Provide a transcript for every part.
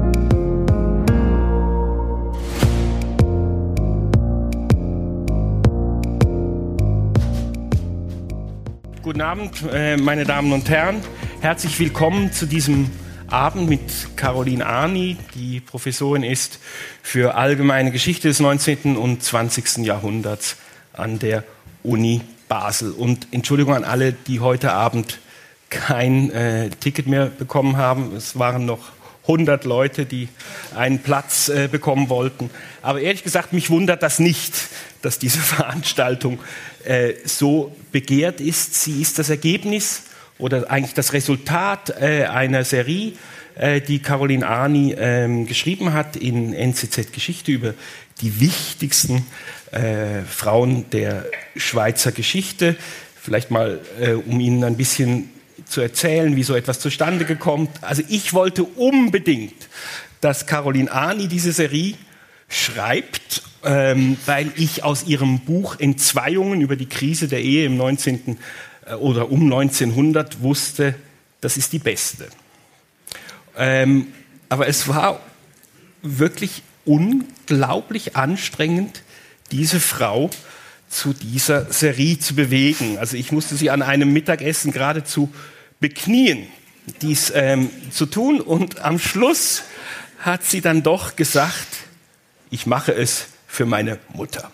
Guten Abend, meine Damen und Herren. Herzlich willkommen zu diesem Abend mit Caroline Arni, die Professorin ist für allgemeine Geschichte des 19. und 20. Jahrhunderts an der Uni Basel. Und Entschuldigung an alle, die heute Abend kein Ticket mehr bekommen haben. Es waren noch 100 Leute, die einen Platz bekommen wollten. Aber ehrlich gesagt, mich wundert das nicht, dass diese Veranstaltung so begehrt ist. Sie ist das Ergebnis oder eigentlich das Resultat einer Serie, die Caroline Arni geschrieben hat in NZZ Geschichte über die wichtigsten Frauen der Schweizer Geschichte. Vielleicht mal, um Ihnen ein bisschen zu erzählen, wie so etwas zustande gekommen. Also ich wollte unbedingt, dass Caroline Arni diese Serie schreibt, weil ich aus ihrem Buch Entzweiungen über die Krise der Ehe im 19. oder um 1900 wusste, das ist die beste. Aber es war wirklich unglaublich anstrengend, diese Frau zu dieser Serie zu bewegen. Also ich musste sie an einem Mittagessen geradezu beknien, dies zu tun. Und am Schluss hat sie dann doch gesagt, ich mache es für meine Mutter.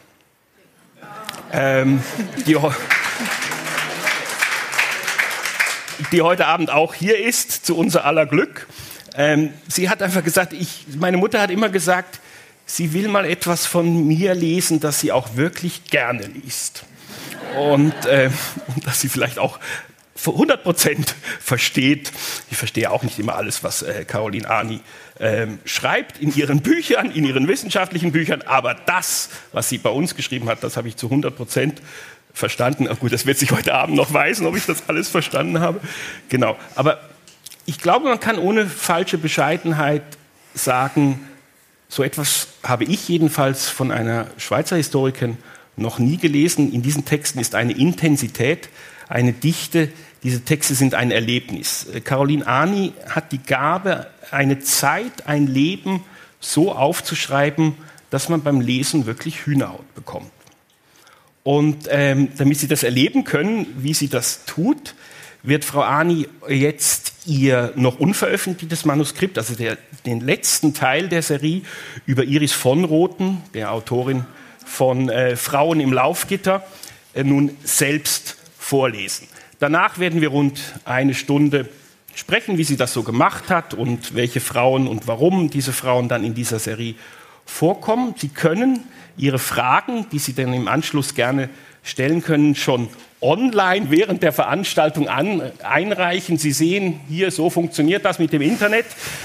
Die heute Abend auch hier ist, zu unser aller Glück. Sie hat einfach gesagt, meine Mutter hat immer gesagt, sie will mal etwas von mir lesen, das sie auch wirklich gerne liest. Und dass sie vielleicht auch 100% versteht. Ich verstehe auch nicht immer alles, was Caroline Arni schreibt in ihren Büchern, in ihren wissenschaftlichen Büchern. Aber das, was sie bei uns geschrieben hat, das habe ich zu 100% verstanden. Ach gut, das wird sich heute Abend noch weisen, ob ich das alles verstanden habe. Genau. Aber ich glaube, man kann ohne falsche Bescheidenheit sagen, so etwas habe ich jedenfalls von einer Schweizer Historikerin noch nie gelesen. In diesen Texten ist eine Intensität, eine Dichte. Diese Texte sind ein Erlebnis. Caroline Arni hat die Gabe, eine Zeit, ein Leben so aufzuschreiben, dass man beim Lesen wirklich Hühnerhaut bekommt. Und damit Sie das erleben können, wie sie das tut, wird Frau Arni jetzt ihr noch unveröffentlichtes Manuskript, also den letzten Teil der Serie über Iris von Rothen, der Autorin von Frauen im Laufgitter, nun selbst vorlesen. Danach werden wir rund eine Stunde sprechen, wie sie das so gemacht hat und welche Frauen und warum diese Frauen dann in dieser Serie vorkommen. Sie können Ihre Fragen, die Sie dann im Anschluss gerne stellen können, schon online während der Veranstaltung einreichen. Sie sehen hier, so funktioniert das mit dem Internet.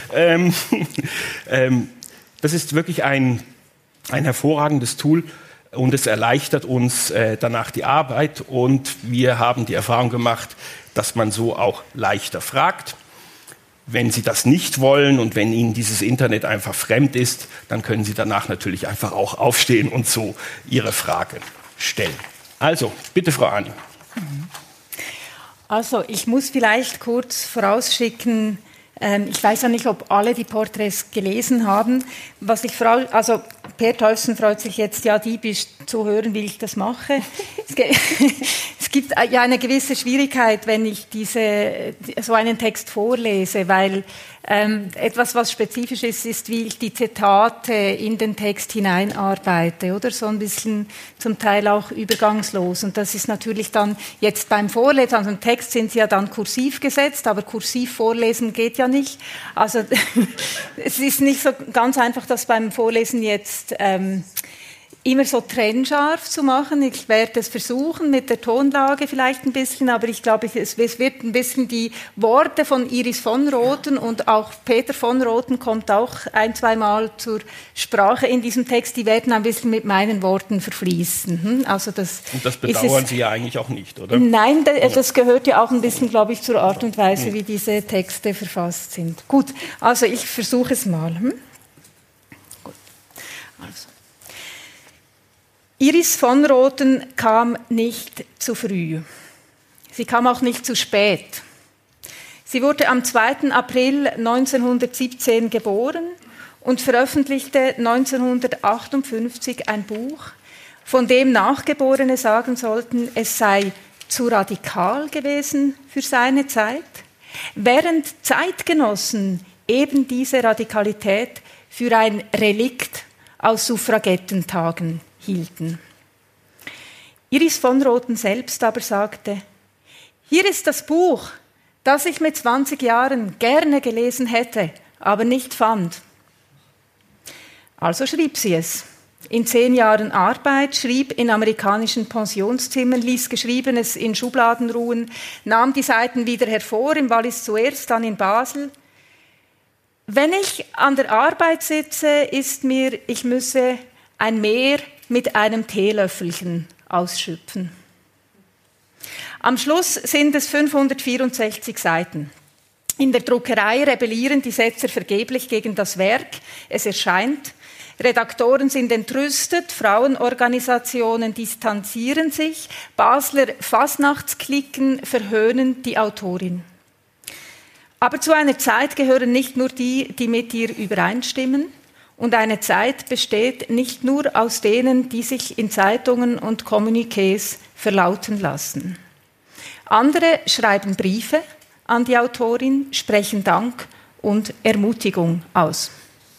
Das ist wirklich ein hervorragendes Tool und es erleichtert uns danach die Arbeit. Und wir haben die Erfahrung gemacht, dass man so auch leichter fragt. Wenn Sie das nicht wollen und wenn Ihnen dieses Internet einfach fremd ist, dann können Sie danach natürlich einfach auch aufstehen und so Ihre Frage stellen. Also, bitte, Frau Arni. Also, ich muss vielleicht kurz vorausschicken, ich weiß ja nicht, ob alle die Porträts gelesen haben. Also Per Teufsen freut sich jetzt ja diebisch zu hören, wie ich das mache. Es gibt ja eine gewisse Schwierigkeit, wenn ich so einen Text vorlese, weil etwas, was spezifisch ist, wie ich die Zitate in den Text hineinarbeite, oder so ein bisschen zum Teil auch übergangslos. Und das ist natürlich dann jetzt beim Vorlesen, also im Text sind sie ja dann kursiv gesetzt, aber kursiv vorlesen geht ja nicht. Also es ist nicht so ganz einfach, das beim Vorlesen jetzt immer so trennscharf zu machen. Ich werde es versuchen, mit der Tonlage vielleicht ein bisschen, aber ich glaube, es wird ein bisschen die Worte von Iris von Rothen und auch Peter von Rothen kommt auch ein-, zweimal zur Sprache in diesem Text, die werden ein bisschen mit meinen Worten verfließen. Also und das bedauern Sie ja eigentlich auch nicht, oder? Nein, das gehört ja auch ein bisschen, glaube ich, zur Art und Weise, wie diese Texte verfasst sind. Gut, also ich versuche es mal. Gut, also. Iris von Rothen kam nicht zu früh. Sie kam auch nicht zu spät. Sie wurde am 2. April 1917 geboren und veröffentlichte 1958 ein Buch, von dem Nachgeborene sagen sollten, es sei zu radikal gewesen für seine Zeit, während Zeitgenossen eben diese Radikalität für ein Relikt aus Suffragettentagen hielten. Iris von Rothen selbst aber sagte, hier ist das Buch, das ich mit 20 Jahren gerne gelesen hätte, aber nicht fand. Also schrieb sie es. In 10 Jahren Arbeit, schrieb in amerikanischen Pensionszimmern, ließ Geschriebenes in Schubladen ruhen, nahm die Seiten wieder hervor, im Wallis zuerst, dann in Basel. Wenn ich an der Arbeit sitze, ist mir, ich müsse ein Meer mit einem Teelöffelchen ausschöpfen. Am Schluss sind es 564 Seiten. In der Druckerei rebellieren die Setzer vergeblich gegen das Werk. Es erscheint. Redaktoren sind entrüstet, Frauenorganisationen distanzieren sich, Basler Fasnachtsklicken verhöhnen die Autorin. Aber zu einer Zeit gehören nicht nur die, die mit ihr übereinstimmen, und eine Zeit besteht nicht nur aus denen, die sich in Zeitungen und Kommuniqués verlauten lassen. Andere schreiben Briefe an die Autorin, sprechen Dank und Ermutigung aus.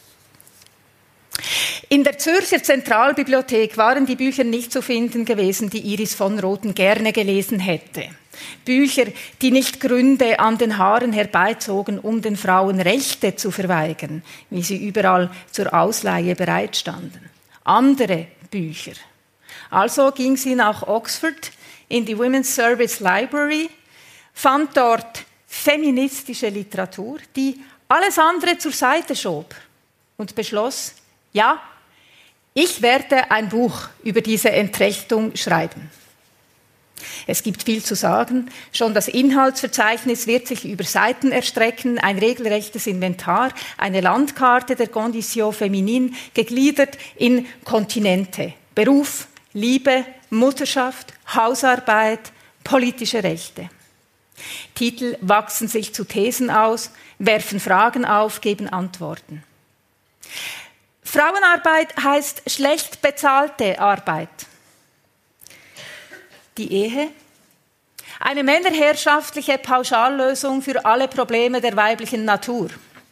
In der Zürcher Zentralbibliothek waren die Bücher nicht zu finden gewesen, die Iris von Rothen gerne gelesen hätte. Bücher, die nicht Gründe an den Haaren herbeizogen, um den Frauen Rechte zu verweigern, wie sie überall zur Ausleihe bereitstanden. Andere Bücher. Also ging sie nach Oxford in die Women's Service Library, fand dort feministische Literatur, die alles andere zur Seite schob und beschloss, ja, ich werde ein Buch über diese Entrechtung schreiben. Es gibt viel zu sagen. Schon das Inhaltsverzeichnis wird sich über Seiten erstrecken, ein regelrechtes Inventar, eine Landkarte der Condition féminine, gegliedert in Kontinente. Beruf, Liebe, Mutterschaft, Hausarbeit, politische Rechte. Titel wachsen sich zu Thesen aus, werfen Fragen auf, geben Antworten. Frauenarbeit heißt schlecht bezahlte Arbeit. Die Ehe? Eine männerherrschaftliche Pauschallösung für alle Probleme der weiblichen Natur.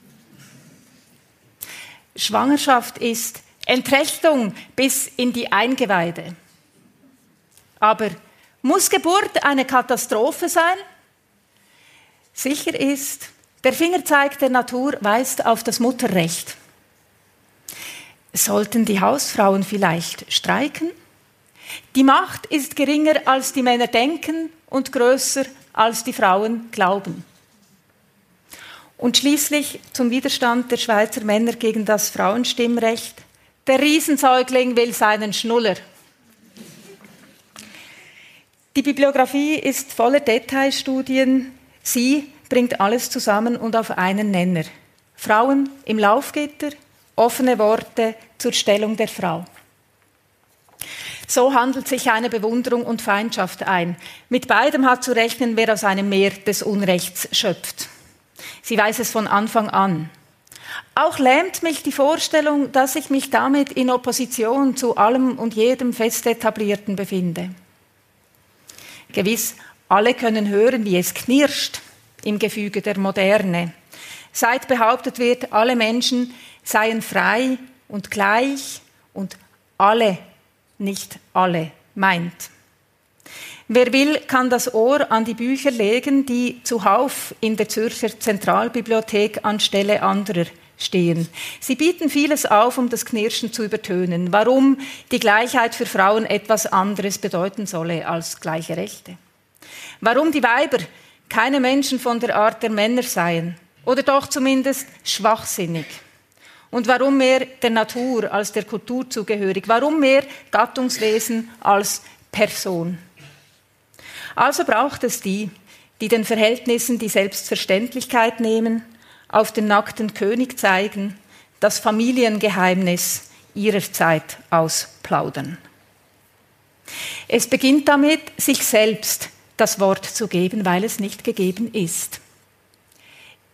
Schwangerschaft ist Entrechtung bis in die Eingeweide. Aber muss Geburt eine Katastrophe sein? Sicher ist, der Fingerzeig der Natur weist auf das Mutterrecht. Sollten die Hausfrauen vielleicht streiken? Die Macht ist geringer, als die Männer denken und größer, als die Frauen glauben. Und schließlich zum Widerstand der Schweizer Männer gegen das Frauenstimmrecht. Der Riesensäugling will seinen Schnuller. Die Bibliografie ist voller Detailstudien. Sie bringt alles zusammen und auf einen Nenner. Frauen im Laufgitter, offene Worte zur Stellung der Frau. So handelt sich eine Bewunderung und Feindschaft ein. Mit beidem hat zu rechnen, wer aus einem Meer des Unrechts schöpft. Sie weiß es von Anfang an. Auch lähmt mich die Vorstellung, dass ich mich damit in Opposition zu allem und jedem Festetablierten befinde. Gewiss, alle können hören, wie es knirscht im Gefüge der Moderne. Seit behauptet wird, alle Menschen seien frei und gleich und alle, nicht alle, meint. Wer will, kann das Ohr an die Bücher legen, die zuhauf in der Zürcher Zentralbibliothek anstelle anderer stehen. Sie bieten vieles auf, um das Knirschen zu übertönen. Warum die Gleichheit für Frauen etwas anderes bedeuten solle als gleiche Rechte. Warum die Weiber keine Menschen von der Art der Männer seien oder doch zumindest schwachsinnig. Und warum mehr der Natur als der Kultur zugehörig? Warum mehr Gattungswesen als Person? Also braucht es die, die den Verhältnissen die Selbstverständlichkeit nehmen, auf den nackten König zeigen, das Familiengeheimnis ihrer Zeit ausplaudern. Es beginnt damit, sich selbst das Wort zu geben, weil es nicht gegeben ist.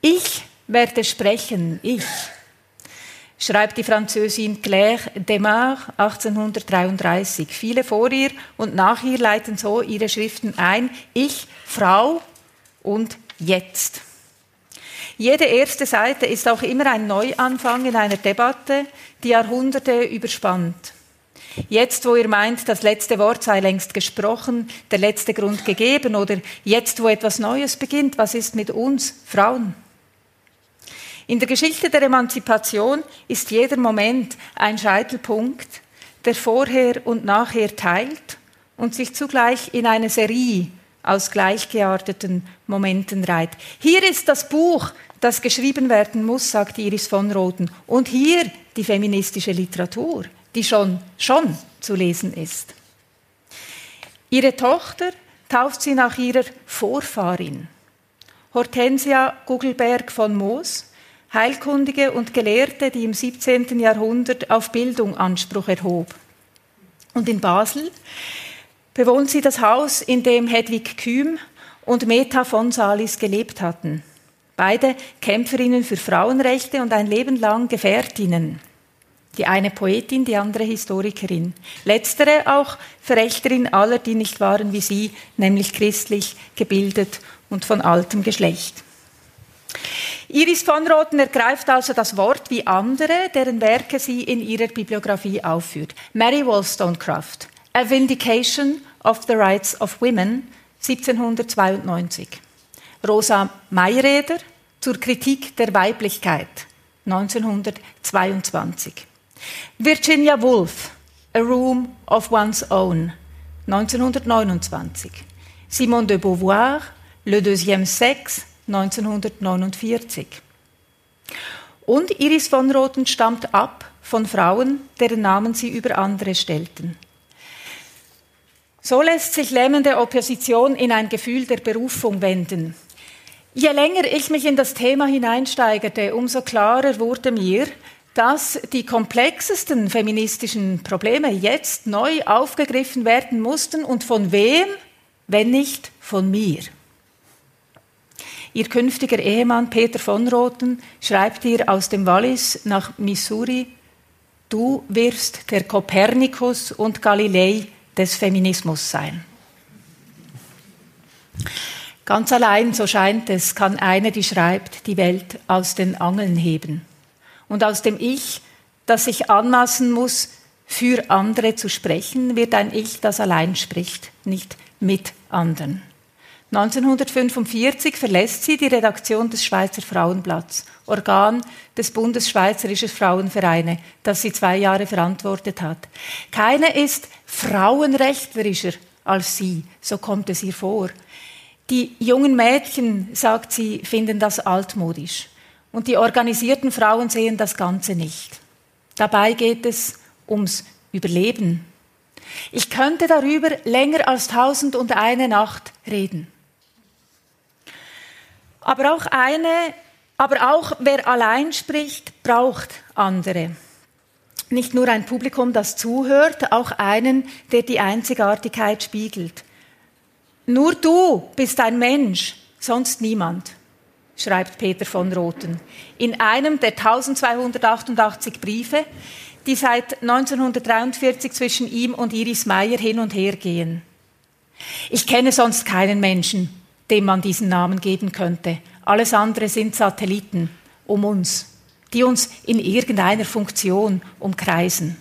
Ich werde sprechen, ich, schreibt die Französin Claire Demar 1833. Viele vor ihr und nach ihr leiten so ihre Schriften ein. Ich, Frau und jetzt. Jede erste Seite ist auch immer ein Neuanfang in einer Debatte, die Jahrhunderte überspannt. Jetzt, wo ihr meint, das letzte Wort sei längst gesprochen, der letzte Grund gegeben, oder jetzt, wo etwas Neues beginnt, was ist mit uns Frauen? In der Geschichte der Emanzipation ist jeder Moment ein Scheitelpunkt, der vorher und nachher teilt und sich zugleich in eine Serie aus gleichgearteten Momenten reiht. Hier ist das Buch, das geschrieben werden muss, sagt Iris von Rothen. Und hier die feministische Literatur, die schon zu lesen ist. Ihre Tochter tauft sie nach ihrer Vorfahrin, Hortensia Gugelberg von Moos, Heilkundige und Gelehrte, die im 17. Jahrhundert auf Bildung Anspruch erhob. Und in Basel bewohnt sie das Haus, in dem Hedwig Kühm und Meta von Salis gelebt hatten. Beide Kämpferinnen für Frauenrechte und ein Leben lang Gefährtinnen. Die eine Poetin, die andere Historikerin. Letztere auch Verächterin aller, die nicht waren wie sie, nämlich christlich, gebildet und von altem Geschlecht. Iris von Rothen ergreift also das Wort wie andere, deren Werke sie in ihrer Bibliografie aufführt. Mary Wollstonecraft, A Vindication of the Rights of Women, 1792. Rosa Mayreder, Zur Kritik der Weiblichkeit, 1922. Virginia Woolf, A Room of One's Own, 1929. Simone de Beauvoir, Le Deuxième Sexe, 1949. Und Iris von Rothen stammt ab von Frauen, deren Namen sie über andere stellten. So lässt sich lähmende Opposition in ein Gefühl der Berufung wenden. Je länger ich mich in das Thema hineinsteigerte, umso klarer wurde mir, dass die komplexesten feministischen Probleme jetzt neu aufgegriffen werden mussten. Und von wem, wenn nicht von mir? Ihr künftiger Ehemann Peter von Rothen schreibt ihr aus dem Wallis nach Missouri: Du wirst der Kopernikus und Galilei des Feminismus sein. Ganz allein, so scheint es, kann eine, die schreibt, die Welt aus den Angeln heben. Und aus dem Ich, das sich anmaßen muss, für andere zu sprechen, wird ein Ich, das allein spricht, nicht mit anderen. 1945 verlässt sie die Redaktion des Schweizer Frauenblatts, Organ des Bundesschweizerischen Frauenvereine, das sie 2 Jahre verantwortet hat. Keine ist frauenrechtlerischer als sie, so kommt es ihr vor. Die jungen Mädchen, sagt sie, finden das altmodisch. Und die organisierten Frauen sehen das Ganze nicht. Dabei geht es ums Überleben. Ich könnte darüber länger als 1001 Nacht reden. Aber auch wer allein spricht, braucht andere. Nicht nur ein Publikum, das zuhört, auch einen, der die Einzigartigkeit spiegelt. Nur du bist ein Mensch, sonst niemand, schreibt Peter von Rothen in einem der 1288 Briefe, die seit 1943 zwischen ihm und Iris Meyer hin und her gehen. Ich kenne sonst keinen Menschen, dem man diesen Namen geben könnte. Alles andere sind Satelliten um uns, die uns in irgendeiner Funktion umkreisen.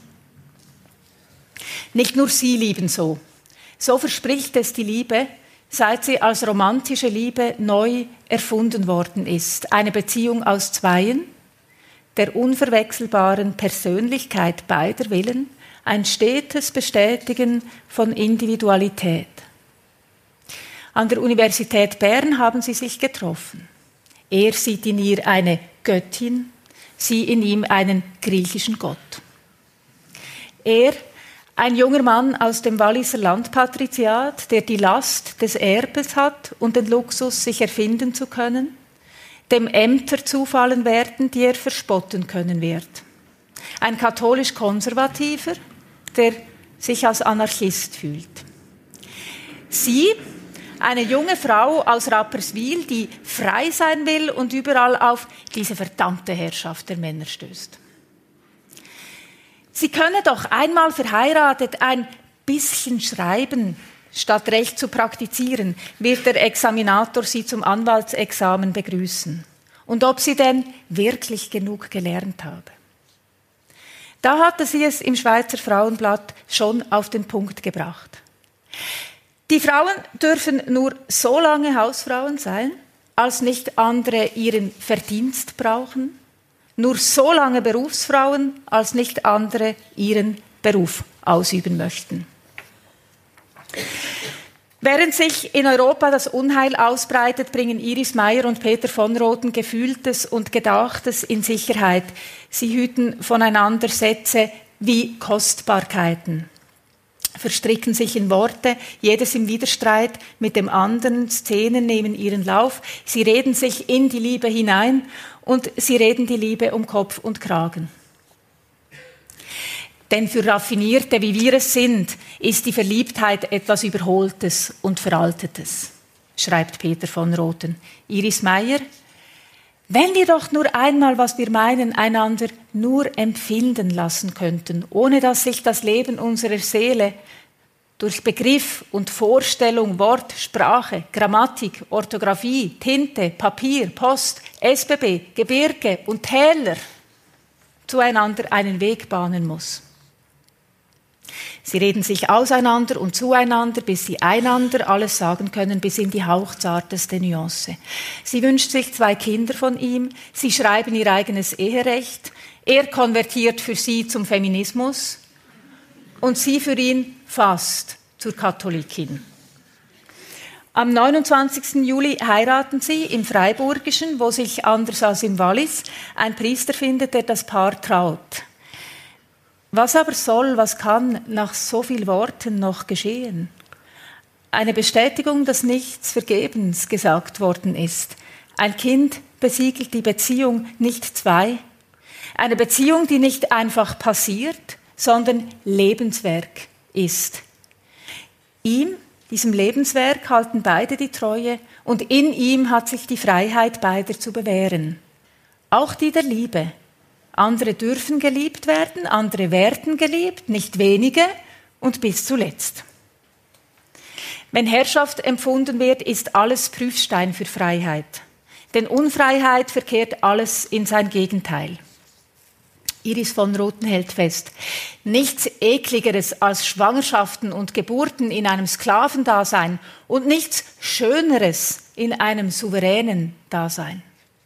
Nicht nur sie lieben so. So verspricht es die Liebe, seit sie als romantische Liebe neu erfunden worden ist. Eine Beziehung aus Zweien, der unverwechselbaren Persönlichkeit beider Willen, ein stetes Bestätigen von Individualität. An der Universität Bern haben sie sich getroffen. Er sieht in ihr eine Göttin, sie in ihm einen griechischen Gott. Er, ein junger Mann aus dem Walliser Landpatriziat, der die Last des Erbes hat und den Luxus, sich erfinden zu können, dem Ämter zufallen werden, die er verspotten können wird. Ein katholisch-konservativer, der sich als Anarchist fühlt. Sie, Eine junge Frau aus Rapperswil, die frei sein will und überall auf diese verdammte Herrschaft der Männer stößt. Sie könne doch einmal verheiratet ein bisschen schreiben, statt Recht zu praktizieren, wird der Examinator sie zum Anwaltsexamen begrüßen. Und ob sie denn wirklich genug gelernt habe. Da hatte sie es im Schweizer Frauenblatt schon auf den Punkt gebracht. Die Frauen dürfen nur so lange Hausfrauen sein, als nicht andere ihren Verdienst brauchen, nur so lange Berufsfrauen, als nicht andere ihren Beruf ausüben möchten. Während sich in Europa das Unheil ausbreitet, bringen Iris Meier und Peter von Roten Gefühltes und Gedachtes in Sicherheit. Sie hüten voneinander Sätze wie Kostbarkeiten, verstricken sich in Worte, jedes im Widerstreit mit dem anderen, Szenen nehmen ihren Lauf, sie reden sich in die Liebe hinein und sie reden die Liebe um Kopf und Kragen. Denn für Raffinierte, wie wir es sind, ist die Verliebtheit etwas Überholtes und Veraltetes, schreibt Peter von Roten. Iris Meier: Wenn wir doch nur einmal, was wir meinen, einander nur empfinden lassen könnten, ohne dass sich das Leben unserer Seele durch Begriff und Vorstellung, Wort, Sprache, Grammatik, Orthographie, Tinte, Papier, Post, SBB, Gebirge und Täler zueinander einen Weg bahnen muss. Sie reden sich auseinander und zueinander, bis sie einander alles sagen können, bis in die hauchzarteste Nuance. Sie wünscht sich 2 Kinder von ihm, sie schreiben ihr eigenes Eherecht, er konvertiert für sie zum Feminismus und sie für ihn fast zur Katholikin. Am 29. Juli heiraten sie im Freiburgischen, wo sich anders als im Wallis ein Priester findet, der das Paar traut. Was aber soll, was kann nach so viel Worten noch geschehen? Eine Bestätigung, dass nichts vergebens gesagt worden ist. Ein Kind besiegelt die Beziehung nicht 2. Eine Beziehung, die nicht einfach passiert, sondern Lebenswerk ist. Ihm, diesem Lebenswerk, halten beide die Treue und in ihm hat sich die Freiheit beider zu bewähren. Auch die der Liebe. Andere dürfen geliebt werden, andere werden geliebt, nicht wenige und bis zuletzt. Wenn Herrschaft empfunden wird, ist alles Prüfstein für Freiheit. Denn Unfreiheit verkehrt alles in sein Gegenteil. Iris von Roten hält fest: Nichts Ekligeres als Schwangerschaften und Geburten in einem Sklavendasein und nichts Schöneres in einem souveränen Dasein.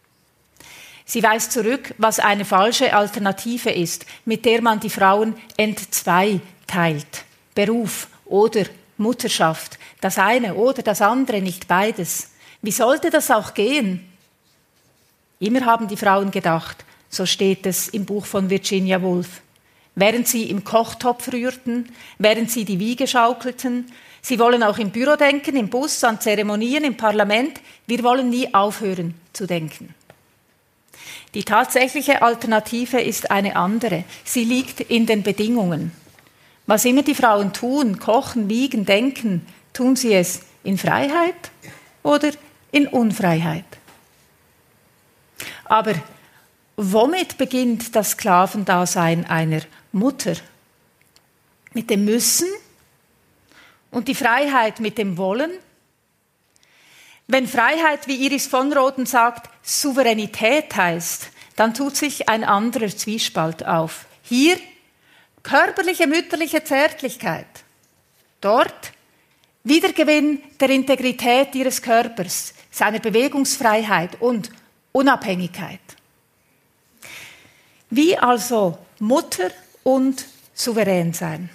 Sie weist zurück, was eine falsche Alternative ist, mit der man die Frauen entzweiteilt. Beruf oder Mutterschaft, das eine oder das andere, nicht beides. Wie sollte das auch gehen? Immer haben die Frauen gedacht, so steht es im Buch von Virginia Woolf. Während sie im Kochtopf rührten, während sie die Wiege schaukelten, sie wollen auch im Büro denken, im Bus, an Zeremonien, im Parlament, wir wollen nie aufhören zu denken. Die tatsächliche Alternative ist eine andere. Sie liegt in den Bedingungen. Was immer die Frauen tun, kochen, wiegen, denken, tun sie es in Freiheit oder in Unfreiheit. Aber womit beginnt das Sklavendasein einer Mutter? Mit dem Müssen und die Freiheit mit dem Wollen? Wenn Freiheit, wie Iris von Roten sagt, Souveränität heißt, dann tut sich ein anderer Zwiespalt auf. Hier körperliche, mütterliche Zärtlichkeit. Dort Wiedergewinn der Integrität ihres Körpers, seiner Bewegungsfreiheit und Unabhängigkeit. Wie also Mutter und souverän sein?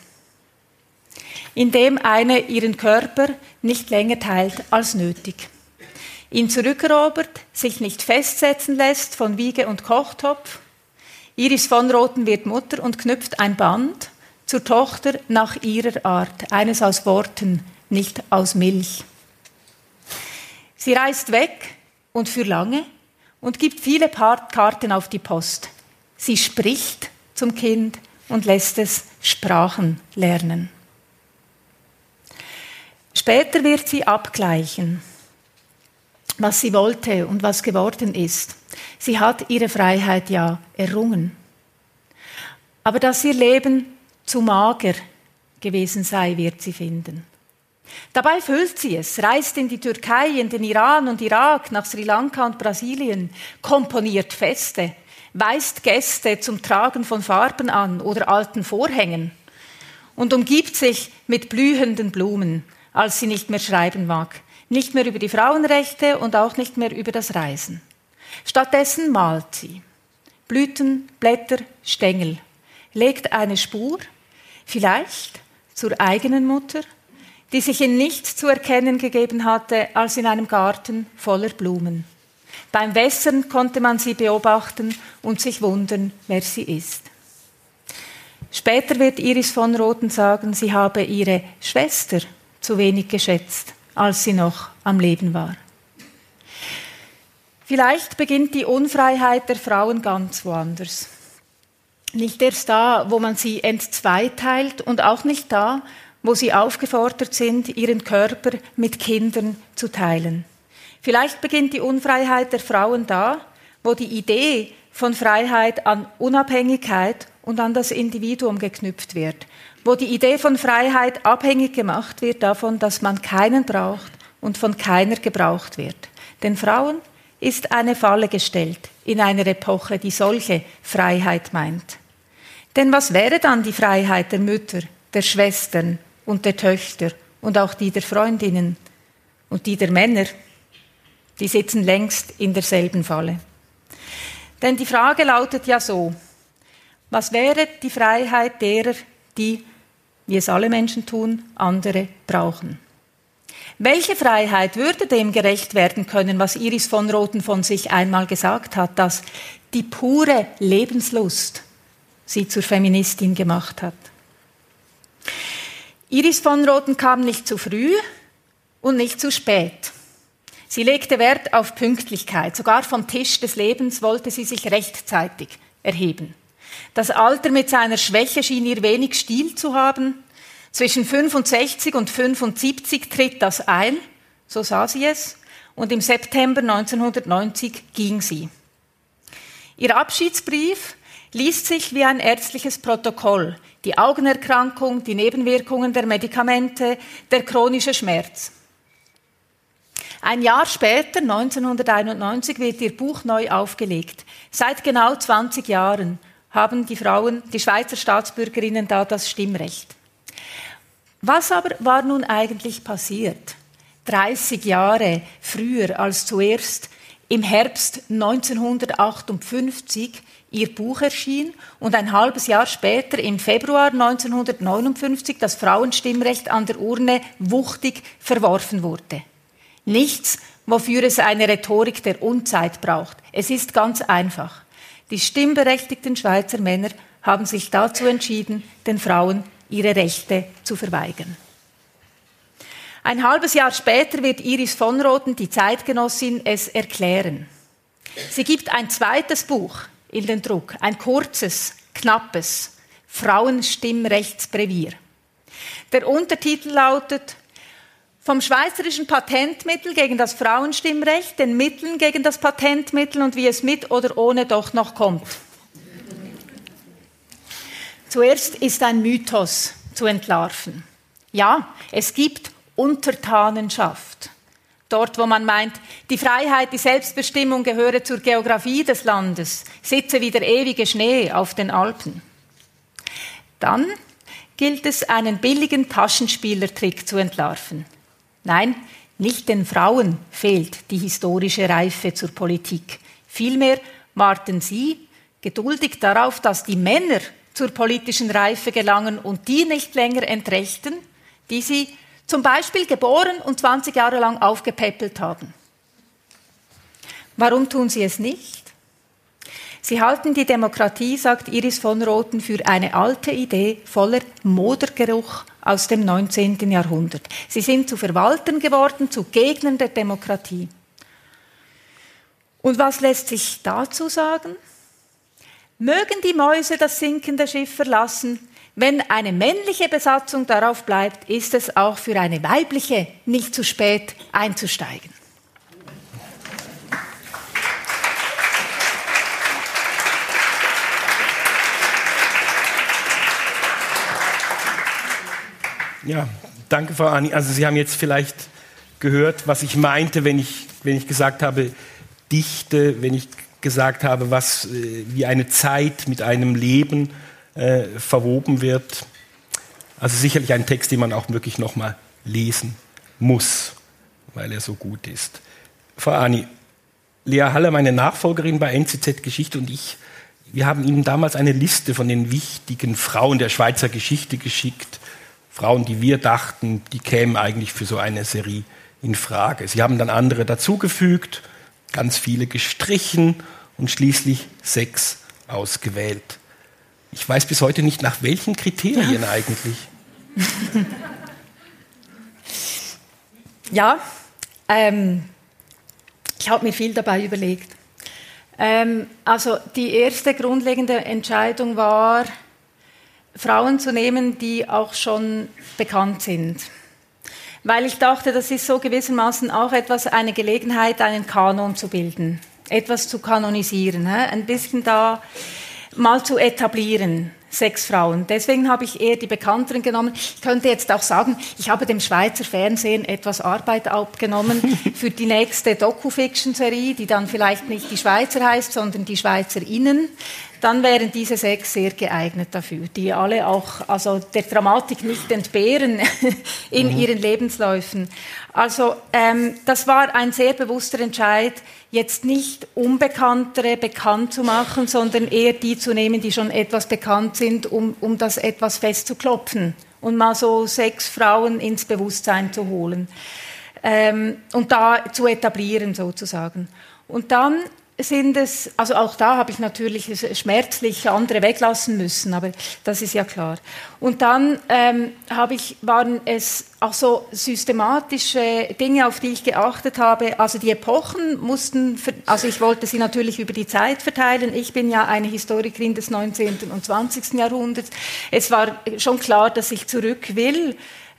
Indem eine ihren Körper nicht länger teilt als nötig. Ihn zurückerobert, sich nicht festsetzen lässt von Wiege und Kochtopf. Iris von Roten wird Mutter und knüpft ein Band zur Tochter nach ihrer Art, eines aus Worten, nicht aus Milch. Sie reist weg und für lange und gibt viele Karten auf die Post. Sie spricht zum Kind und lässt es Sprachen lernen. Später wird sie abgleichen, was sie wollte und was geworden ist. Sie hat ihre Freiheit ja errungen. Aber dass ihr Leben zu mager gewesen sei, wird sie finden. Dabei füllt sie es, reist in die Türkei, in den Iran und Irak, nach Sri Lanka und Brasilien, komponiert Feste, weist Gäste zum Tragen von Farben an oder alten Vorhängen und umgibt sich mit blühenden Blumen, als sie nicht mehr schreiben mag, nicht mehr über die Frauenrechte und auch nicht mehr über das Reisen. Stattdessen malt sie Blüten, Blätter, Stängel, legt eine Spur, vielleicht zur eigenen Mutter, die sich in nichts zu erkennen gegeben hatte als in einem Garten voller Blumen. Beim Wässern konnte man sie beobachten und sich wundern, wer sie ist. Später wird Iris von Rothen sagen, sie habe ihre Schwester zu wenig geschätzt, als sie noch am Leben war. Vielleicht beginnt die Unfreiheit der Frauen ganz woanders. Nicht erst da, wo man sie entzweiteilt und auch nicht da, wo sie aufgefordert sind, ihren Körper mit Kindern zu teilen. Vielleicht beginnt die Unfreiheit der Frauen da, wo die Idee von Freiheit an Unabhängigkeit und an das Individuum geknüpft wird, wo die Idee von Freiheit abhängig gemacht wird davon, dass man keinen braucht und von keiner gebraucht wird. Den Frauen ist eine Falle gestellt in einer Epoche, die solche Freiheit meint. Denn was wäre dann die Freiheit der Mütter, der Schwestern und der Töchter und auch die der Freundinnen und die der Männer? Die sitzen längst in derselben Falle. Denn die Frage lautet ja so: Was wäre die Freiheit derer, die, wie es alle Menschen tun, andere brauchen? Welche Freiheit würde dem gerecht werden können, was Iris von Rothen von sich einmal gesagt hat, dass die pure Lebenslust sie zur Feministin gemacht hat? Iris von Rothen kam nicht zu früh und nicht zu spät. Sie legte Wert auf Pünktlichkeit. Sogar vom Tisch des Lebens wollte sie sich rechtzeitig erheben. Das Alter mit seiner Schwäche schien ihr wenig Stil zu haben. Zwischen 65 und 75 tritt das ein, so sah sie es, und im September 1990 ging sie. Ihr Abschiedsbrief liest sich wie ein ärztliches Protokoll. Die Augenerkrankung, die Nebenwirkungen der Medikamente, der chronische Schmerz. Ein Jahr später, 1991, wird ihr Buch neu aufgelegt. Seit genau 20 Jahren haben die Frauen, die Schweizer Staatsbürgerinnen, da das Stimmrecht. Was aber war nun eigentlich passiert? 30 Jahre früher als zuerst im Herbst 1958 ihr Buch erschien und ein halbes Jahr später im Februar 1959 das Frauenstimmrecht an der Urne wuchtig verworfen wurde. Nichts, wofür es eine Rhetorik der Unzeit braucht. Es ist ganz einfach. Die stimmberechtigten Schweizer Männer haben sich dazu entschieden, den Frauen ihre Rechte zu verweigern. Ein halbes Jahr später wird Iris von Rothen, die Zeitgenossin, es erklären. Sie gibt ein zweites Buch in den Druck, ein kurzes, knappes Frauenstimmrechtsbrevier. Der Untertitel lautet: Vom schweizerischen Patentmittel gegen das Frauenstimmrecht, den Mitteln gegen das Patentmittel und wie es mit oder ohne doch noch kommt. Zuerst ist ein Mythos zu entlarven. Ja, es gibt Untertanenschaft. Dort, wo man meint, die Freiheit, die Selbstbestimmung gehöre zur Geografie des Landes, sitze wie der ewige Schnee auf den Alpen. Dann gilt es, einen billigen Taschenspielertrick zu entlarven. Nein, nicht den Frauen fehlt die historische Reife zur Politik. Vielmehr warten sie geduldig darauf, dass die Männer zur politischen Reife gelangen und die nicht länger entrechten, die sie zum Beispiel geboren und 20 Jahre lang aufgepäppelt haben. Warum tun sie es nicht? Sie halten die Demokratie, sagt Iris von Rothen, für eine alte Idee voller Modergeruch aus dem 19. Jahrhundert. Sie sind zu Verwaltern geworden, zu Gegnern der Demokratie. Und was lässt sich dazu sagen? Mögen die Mäuse das sinkende Schiff verlassen, wenn eine männliche Besatzung darauf bleibt, ist es auch für eine weibliche nicht zu spät einzusteigen. Ja, danke, Frau Ani. Also Sie haben jetzt vielleicht gehört, was ich meinte, wenn ich gesagt habe, Dichte, wenn ich gesagt habe, wie eine Zeit mit einem Leben verwoben wird. Also sicherlich ein Text, den man auch wirklich nochmal lesen muss, weil er so gut ist. Frau Ani, Lea Haller, meine Nachfolgerin bei NZZ Geschichte und ich, wir haben Ihnen damals eine Liste von den wichtigen Frauen der Schweizer Geschichte geschickt. Frauen, die wir dachten, die kämen eigentlich für so eine Serie in Frage. Sie haben dann andere dazugefügt, ganz viele gestrichen und schließlich 6 ausgewählt. Ich weiß bis heute nicht, nach welchen Kriterien eigentlich. Ja, ich habe mir viel dabei überlegt. Also die erste grundlegende Entscheidung war, Frauen zu nehmen, die auch schon bekannt sind. Weil ich dachte, das ist so gewissermaßen auch eine Gelegenheit, einen Kanon zu bilden, etwas zu kanonisieren, ein bisschen da mal zu etablieren. 6 Frauen. Deswegen habe ich eher die bekannteren genommen. Ich könnte jetzt auch sagen, ich habe dem Schweizer Fernsehen etwas Arbeit abgenommen für die nächste Doku-Fiction-Serie, die dann vielleicht nicht die Schweizer heißt, sondern die SchweizerInnen. Dann wären diese 6 sehr geeignet dafür, die alle auch also der Dramatik nicht entbehren in ihren Lebensläufen. Also das war ein sehr bewusster Entscheid, jetzt nicht Unbekanntere bekannt zu machen, sondern eher die zu nehmen, die schon etwas bekannt sind, um das etwas festzuklopfen und mal so 6 Frauen ins Bewusstsein zu holen und da zu etablieren sozusagen. Und dann sind es, also auch da habe ich natürlich schmerzlich andere weglassen müssen, aber das ist ja klar. Und dann waren es auch so systematische Dinge, auf die ich geachtet habe. Also die Epochen also ich wollte sie natürlich über die Zeit verteilen. Ich bin ja eine Historikerin des 19. und 20. Jahrhunderts. Es war schon klar, dass ich zurück will.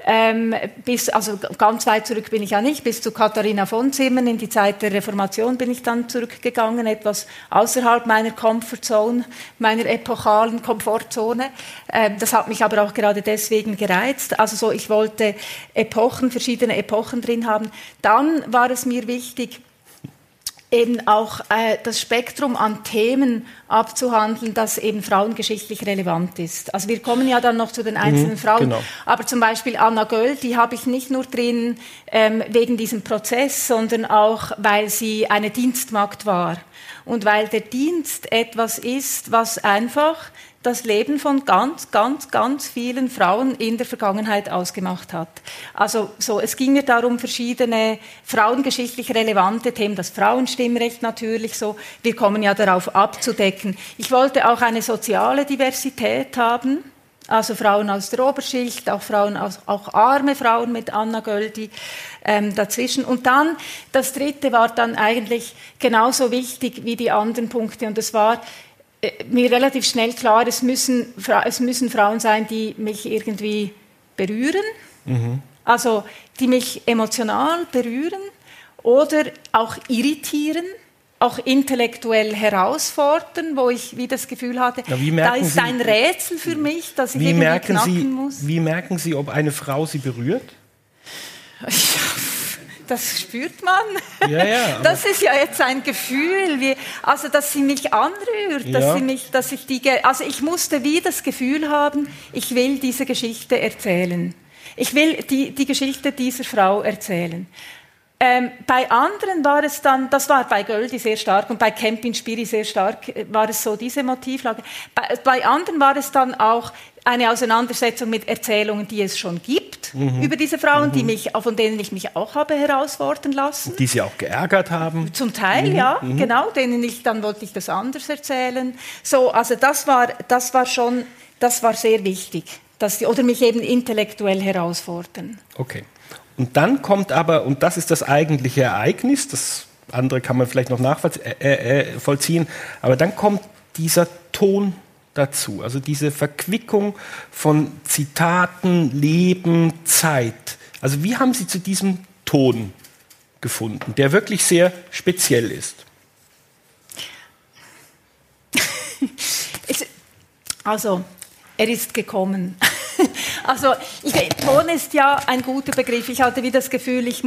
Also ganz weit zurück bin ich ja nicht, bis zu Katharina von Zimmern, in die Zeit der Reformation bin ich dann zurückgegangen, etwas außerhalb meiner Comfortzone, meiner epochalen Komfortzone. Das hat mich aber auch gerade deswegen gereizt. Also so, ich wollte verschiedene Epochen drin haben. Dann war es mir wichtig, eben auch das Spektrum an Themen abzuhandeln, das eben frauengeschichtlich relevant ist. Also wir kommen ja dann noch zu den einzelnen Frauen, genau. Aber zum Beispiel Anna Göll, die habe ich nicht nur drin wegen diesem Prozess, sondern auch, weil sie eine Dienstmagd war und weil der Dienst etwas ist, was einfach das Leben von ganz, ganz, ganz vielen Frauen in der Vergangenheit ausgemacht hat. Also es ging mir darum, verschiedene frauengeschichtlich relevante Themen, das Frauenstimmrecht natürlich so, wir kommen ja darauf abzudecken. Ich wollte auch eine soziale Diversität haben, also Frauen aus der Oberschicht, auch arme Frauen mit Anna Göldi dazwischen. Und dann, das Dritte war dann eigentlich genauso wichtig wie die anderen Punkte und das war mir relativ schnell klar, es müssen Frauen sein, die mich irgendwie berühren, also die mich emotional berühren oder auch irritieren, auch intellektuell herausfordern, wo ich wie das Gefühl hatte, da ist ein Rätsel für mich, das ich irgendwie knacken muss. Wie merken Sie, ob eine Frau Sie berührt? Das spürt man. Ja, das ist ja jetzt ein Gefühl, dass sie mich anrührt, also ich musste wie das Gefühl haben, ich will diese Geschichte erzählen. Ich will die Geschichte dieser Frau erzählen. Bei anderen war es dann, das war bei Göldi sehr stark und bei Kempin Spiri sehr stark, war es so diese Motivlage. Bei anderen war es dann auch eine Auseinandersetzung mit Erzählungen, die es schon gibt über diese Frauen, von denen ich mich auch habe herausfordern lassen. Die Sie auch geärgert haben. Zum Teil, ja, genau, dann wollte ich das anders erzählen. So, also das war sehr wichtig, oder mich eben intellektuell herausfordern. Okay. Und dann kommt aber, und das ist das eigentliche Ereignis, das andere kann man vielleicht noch nachvollziehen, aber dann kommt dieser Ton dazu? Also diese Verquickung von Zitaten, Leben, Zeit. Also wie haben Sie zu diesem Ton gefunden, der wirklich sehr speziell ist? Also, er ist gekommen. Also, Ton ist ja ein guter Begriff. Ich hatte wie das Gefühl, ich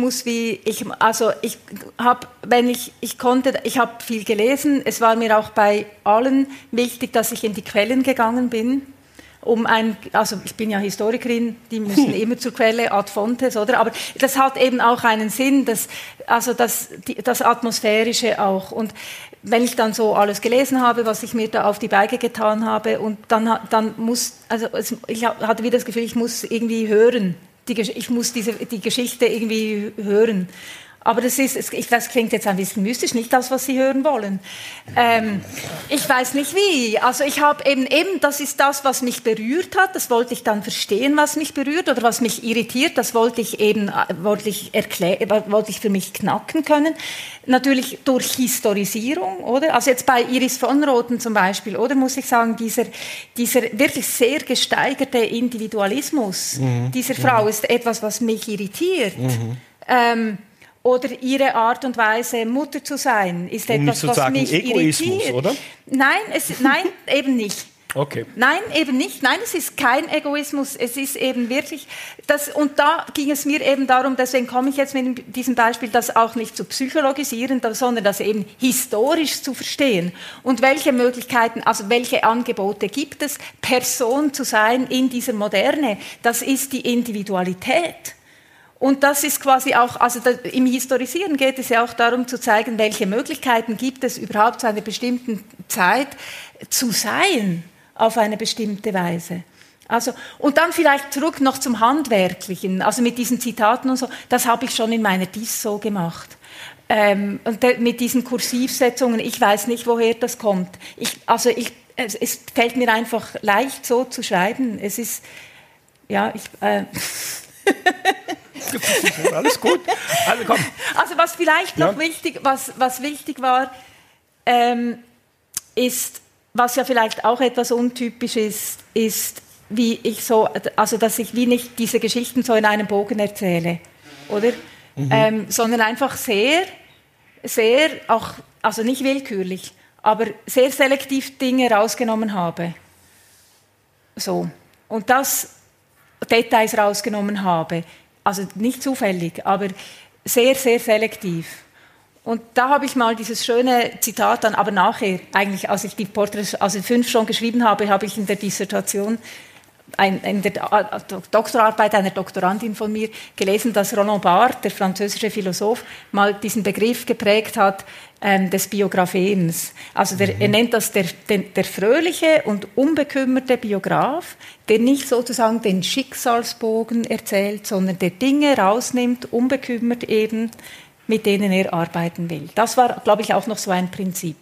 habe viel gelesen. Es war mir auch bei allen wichtig, dass ich in die Quellen gegangen bin. Also ich bin ja Historikerin, die müssen immer zur Quelle, ad fontes, oder? Aber das hat eben auch einen Sinn, das Atmosphärische auch. Und wenn ich dann so alles gelesen habe, was ich mir da auf die Beige getan habe, und dann ich hatte wieder das Gefühl, ich muss irgendwie hören, ich muss die Geschichte irgendwie hören. Aber das klingt jetzt ein bisschen mystisch, nicht das, was Sie hören wollen. Ich weiß nicht wie. Also ich habe eben, das ist das, was mich berührt hat. Das wollte ich dann verstehen, was mich berührt oder was mich irritiert. Das wollte ich für mich knacken können. Natürlich durch Historisierung, oder? Also jetzt bei Iris von Rothen zum Beispiel, oder muss ich sagen, dieser wirklich sehr gesteigerte Individualismus dieser Frau ist etwas, was mich irritiert. Oder ihre Art und Weise, Mutter zu sein, ist etwas, was mich Egoismus, irritiert. Oder? Nein, eben nicht. Okay. Nein, eben nicht. Nein, es ist kein Egoismus. Es ist eben wirklich das. Und da ging es mir eben darum, deswegen komme ich jetzt mit diesem Beispiel, das auch nicht zu psychologisieren, sondern das eben historisch zu verstehen. Und welche Möglichkeiten, also welche Angebote gibt es, Person zu sein in dieser Moderne? Das ist die Individualität. Und das ist quasi auch, also im Historisieren geht es ja auch darum zu zeigen, welche Möglichkeiten gibt es überhaupt zu einer bestimmten Zeit zu sein, auf eine bestimmte Weise. Also, und dann vielleicht zurück noch zum Handwerklichen, also mit diesen Zitaten und so, das habe ich schon in meiner Diss so gemacht. Und mit diesen Kursivsetzungen, ich weiß nicht, woher das kommt. Es fällt mir einfach leicht so zu schreiben. Es ist, Alles gut. Also, komm. Also was vielleicht noch wichtig war, ist, was ja vielleicht auch etwas untypisch ist, wie ich so, also dass ich wie nicht diese Geschichten so in einem Bogen erzähle, oder? Sondern einfach sehr, sehr auch, also nicht willkürlich, aber sehr selektiv Dinge rausgenommen habe. So. Und das Details rausgenommen habe. Also nicht zufällig, aber sehr, sehr selektiv. Und da habe ich mal dieses schöne Zitat dann, aber nachher, eigentlich, als ich die Porträts, also 5 schon geschrieben habe, habe ich in der Dissertation, in der Doktorarbeit einer Doktorandin von mir gelesen, dass Roland Barthes, der französische Philosoph, mal diesen Begriff geprägt hat des Biographems. Also er nennt das der fröhliche und unbekümmerte Biograf, der nicht sozusagen den Schicksalsbogen erzählt, sondern der Dinge rausnimmt, unbekümmert eben, mit denen er arbeiten will. Das war, glaube ich, auch noch so ein Prinzip.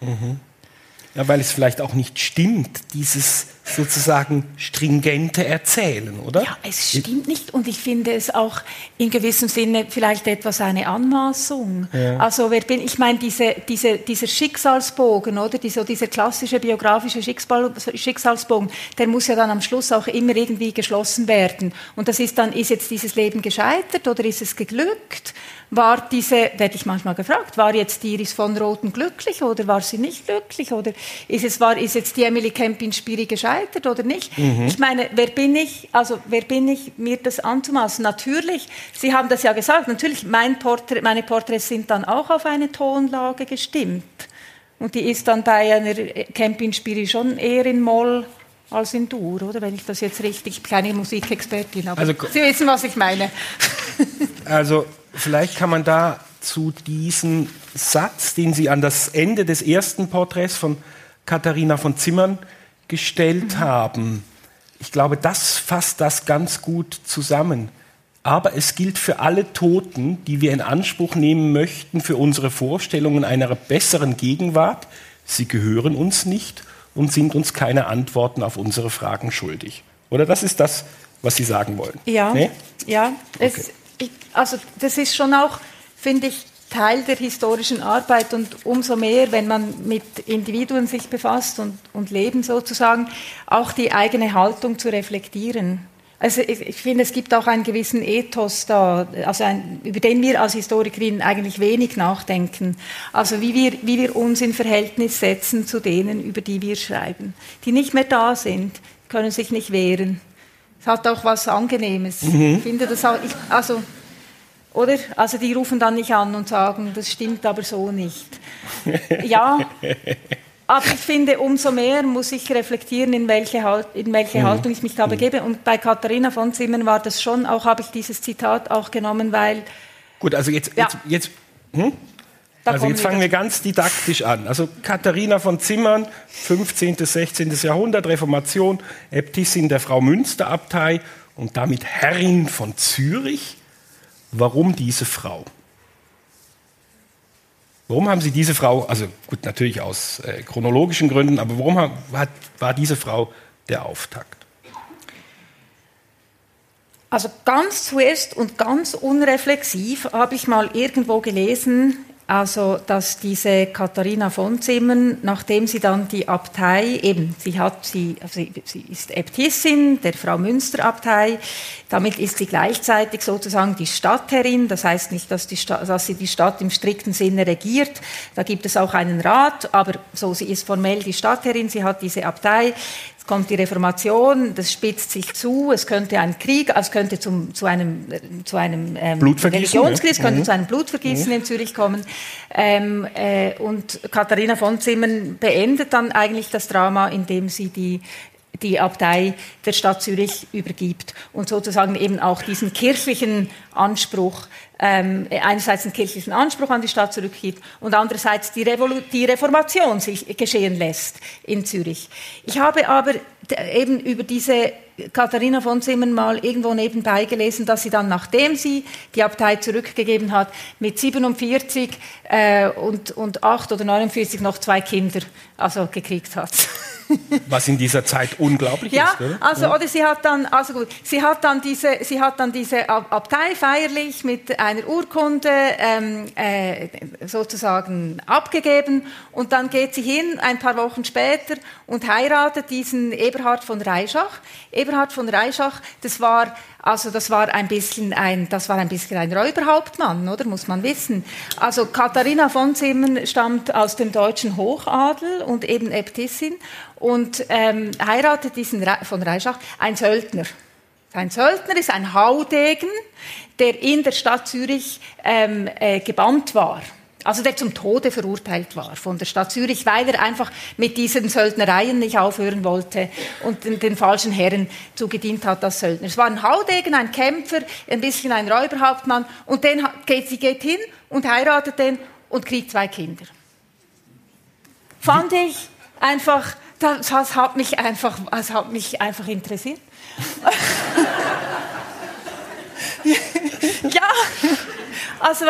Ja, weil es vielleicht auch nicht stimmt, dieses sozusagen stringente Erzählen, oder? Ja, es stimmt nicht und ich finde es auch in gewissem Sinne vielleicht etwas eine Anmaßung. Ja. Also ich meine, dieser Schicksalsbogen, oder dieser klassische biografische Schicksalsbogen, der muss ja dann am Schluss auch immer irgendwie geschlossen werden. Und das ist jetzt dieses Leben gescheitert oder ist es geglückt? Werde ich manchmal gefragt, war jetzt die Iris von Rothen glücklich oder war sie nicht glücklich? Oder ist jetzt die Emily Kempin-Spiri gescheitert oder nicht? Ich meine, wer bin ich, mir das anzumaßen? Natürlich, Sie haben das ja gesagt, natürlich, meine Porträts sind dann auch auf eine Tonlage gestimmt. Und die ist dann bei einer Kempin-Spiri schon eher in Moll als in Dur, oder? Wenn ich das jetzt richtig, ich bin keine Musikexpertin, aber Sie wissen, was ich meine. Also, vielleicht kann man da zu diesem Satz, den Sie an das Ende des ersten Porträts von Katharina von Zimmern gestellt haben, ich glaube, das fasst das ganz gut zusammen. Aber es gilt für alle Toten, die wir in Anspruch nehmen möchten für unsere Vorstellungen einer besseren Gegenwart. Sie gehören uns nicht und sind uns keine Antworten auf unsere Fragen schuldig. Oder das ist das, was Sie sagen wollen? Ja, nee? Ja. Okay. Also das ist schon auch, finde ich, Teil der historischen Arbeit und umso mehr, wenn man mit Individuen sich befasst und Leben sozusagen, auch die eigene Haltung zu reflektieren. Also ich finde, es gibt auch einen gewissen Ethos da, also über den wir als Historikerinnen eigentlich wenig nachdenken. Also wie wir uns in Verhältnis setzen zu denen, über die wir schreiben. Die nicht mehr da sind, können sich nicht wehren. Es hat auch was Angenehmes. Ich finde das auch, oder? Also die rufen dann nicht an und sagen, das stimmt aber so nicht. Ja, aber ich finde, umso mehr muss ich reflektieren, in welche Haltung ich mich da begebe. Und bei Katharina von Zimmern war das schon, auch habe ich dieses Zitat auch genommen, weil... Gut, also jetzt fangen wir ganz didaktisch an. Also Katharina von Zimmern, 15. bis 16. Jahrhundert, Reformation, Äbtissin der Frau-Münster-Abtei und damit Herrin von Zürich. Warum diese Frau? Warum haben Sie diese Frau, also gut, natürlich aus chronologischen Gründen, aber warum war diese Frau der Auftakt? Also ganz zuerst und ganz unreflexiv habe ich mal irgendwo gelesen, also dass diese Katharina von Zimmern, nachdem sie dann die Abtei, eben, sie ist Äbtissin der Frau-Münster-Abtei, damit ist sie gleichzeitig sozusagen die Stadtherrin, das heißt nicht, dass sie die Stadt im strikten Sinne regiert, da gibt es auch einen Rat, aber so, sie ist formell die Stadtherrin, sie hat diese Abtei. Es kommt die Reformation, das spitzt sich zu, es könnte ein Krieg, also es könnte zu einem Religionskrieg, es könnte zu einem Blutvergießen in Zürich kommen. Und Katharina von Zimmern beendet dann eigentlich das Drama, indem sie die Abtei der Stadt Zürich übergibt und sozusagen eben auch diesen kirchlichen Anspruch, einerseits einen kirchlichen Anspruch an die Stadt zurückgibt und andererseits die Reformation sich geschehen lässt in Zürich. Ich habe aber eben über diese Katharina von Zimmern mal irgendwo nebenbei gelesen, dass sie dann, nachdem sie die Abtei zurückgegeben hat, mit 47 und 8 oder 49 noch 2 Kinder gekriegt hat. Was in dieser Zeit unglaublich ist, oder? Oder sie hat dann diese Abtei feierlich mit einer Urkunde sozusagen abgegeben und dann geht sie hin, ein paar Wochen später, und heiratet diesen Eberhard von Reischach. Eberhard von Reischach, das war ein bisschen ein Räuberhauptmann, oder, muss man wissen. Also Katharina von Zimmern stammt aus dem deutschen Hochadel und eben Äbtissin und heiratet diesen von Reischach, ein Söldner. Ein Söldner ist ein Haudegen, der in der Stadt Zürich gebannt war. Also der zum Tode verurteilt war von der Stadt Zürich, weil er einfach mit diesen Söldnereien nicht aufhören wollte und den falschen Herren zugedient hat als Söldner. Es war ein Haudegen, ein Kämpfer, ein bisschen ein Räuberhauptmann und sie geht hin und heiratet den und kriegt 2 Kinder. Fand ich einfach, das hat mich einfach interessiert. Ja. Also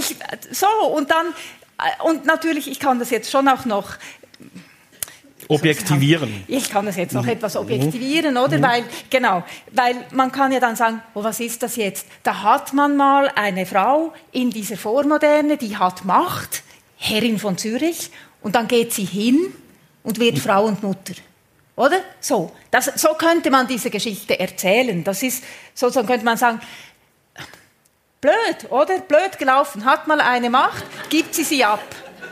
und natürlich, ich kann das jetzt schon auch noch objektivieren. Ich kann das jetzt noch etwas objektivieren, oder? Weil man kann ja dann sagen, was ist das jetzt? Da hat man mal eine Frau in dieser Vormoderne, die hat Macht, Herrin von Zürich, und dann geht sie hin und wird Frau und Mutter. Oder? So könnte man diese Geschichte erzählen. Das ist, sozusagen könnte man sagen, blöd, oder? Blöd gelaufen. Hat mal eine Macht, gibt sie ab.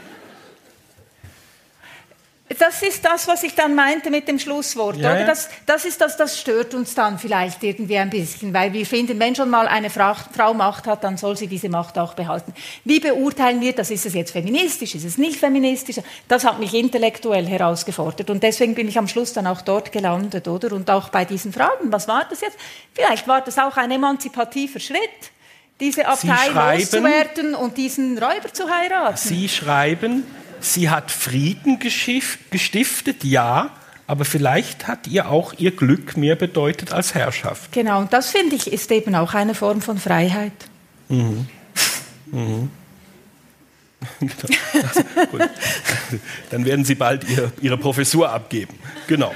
Das ist das, was ich dann meinte mit dem Schlusswort, oder? Ja. Das stört uns dann vielleicht irgendwie ein bisschen, weil wir finden, wenn schon mal eine Frau Macht hat, dann soll sie diese Macht auch behalten. Wie beurteilen wir das? Ist es jetzt feministisch? Ist es nicht feministisch? Das hat mich intellektuell herausgefordert und deswegen bin ich am Schluss dann auch dort gelandet, oder? Und auch bei diesen Fragen, was war das jetzt? Vielleicht war das auch ein emanzipativer Schritt, diese Abtei loszuwerden und diesen Räuber zu heiraten. Sie schreiben, sie hat Frieden gestiftet, ja, aber vielleicht hat ihr auch ihr Glück mehr bedeutet als Herrschaft. Genau, und das, finde ich, ist eben auch eine Form von Freiheit. Mhm. Mhm. Also, gut. Dann werden Sie bald Ihre Professur abgeben. Genau.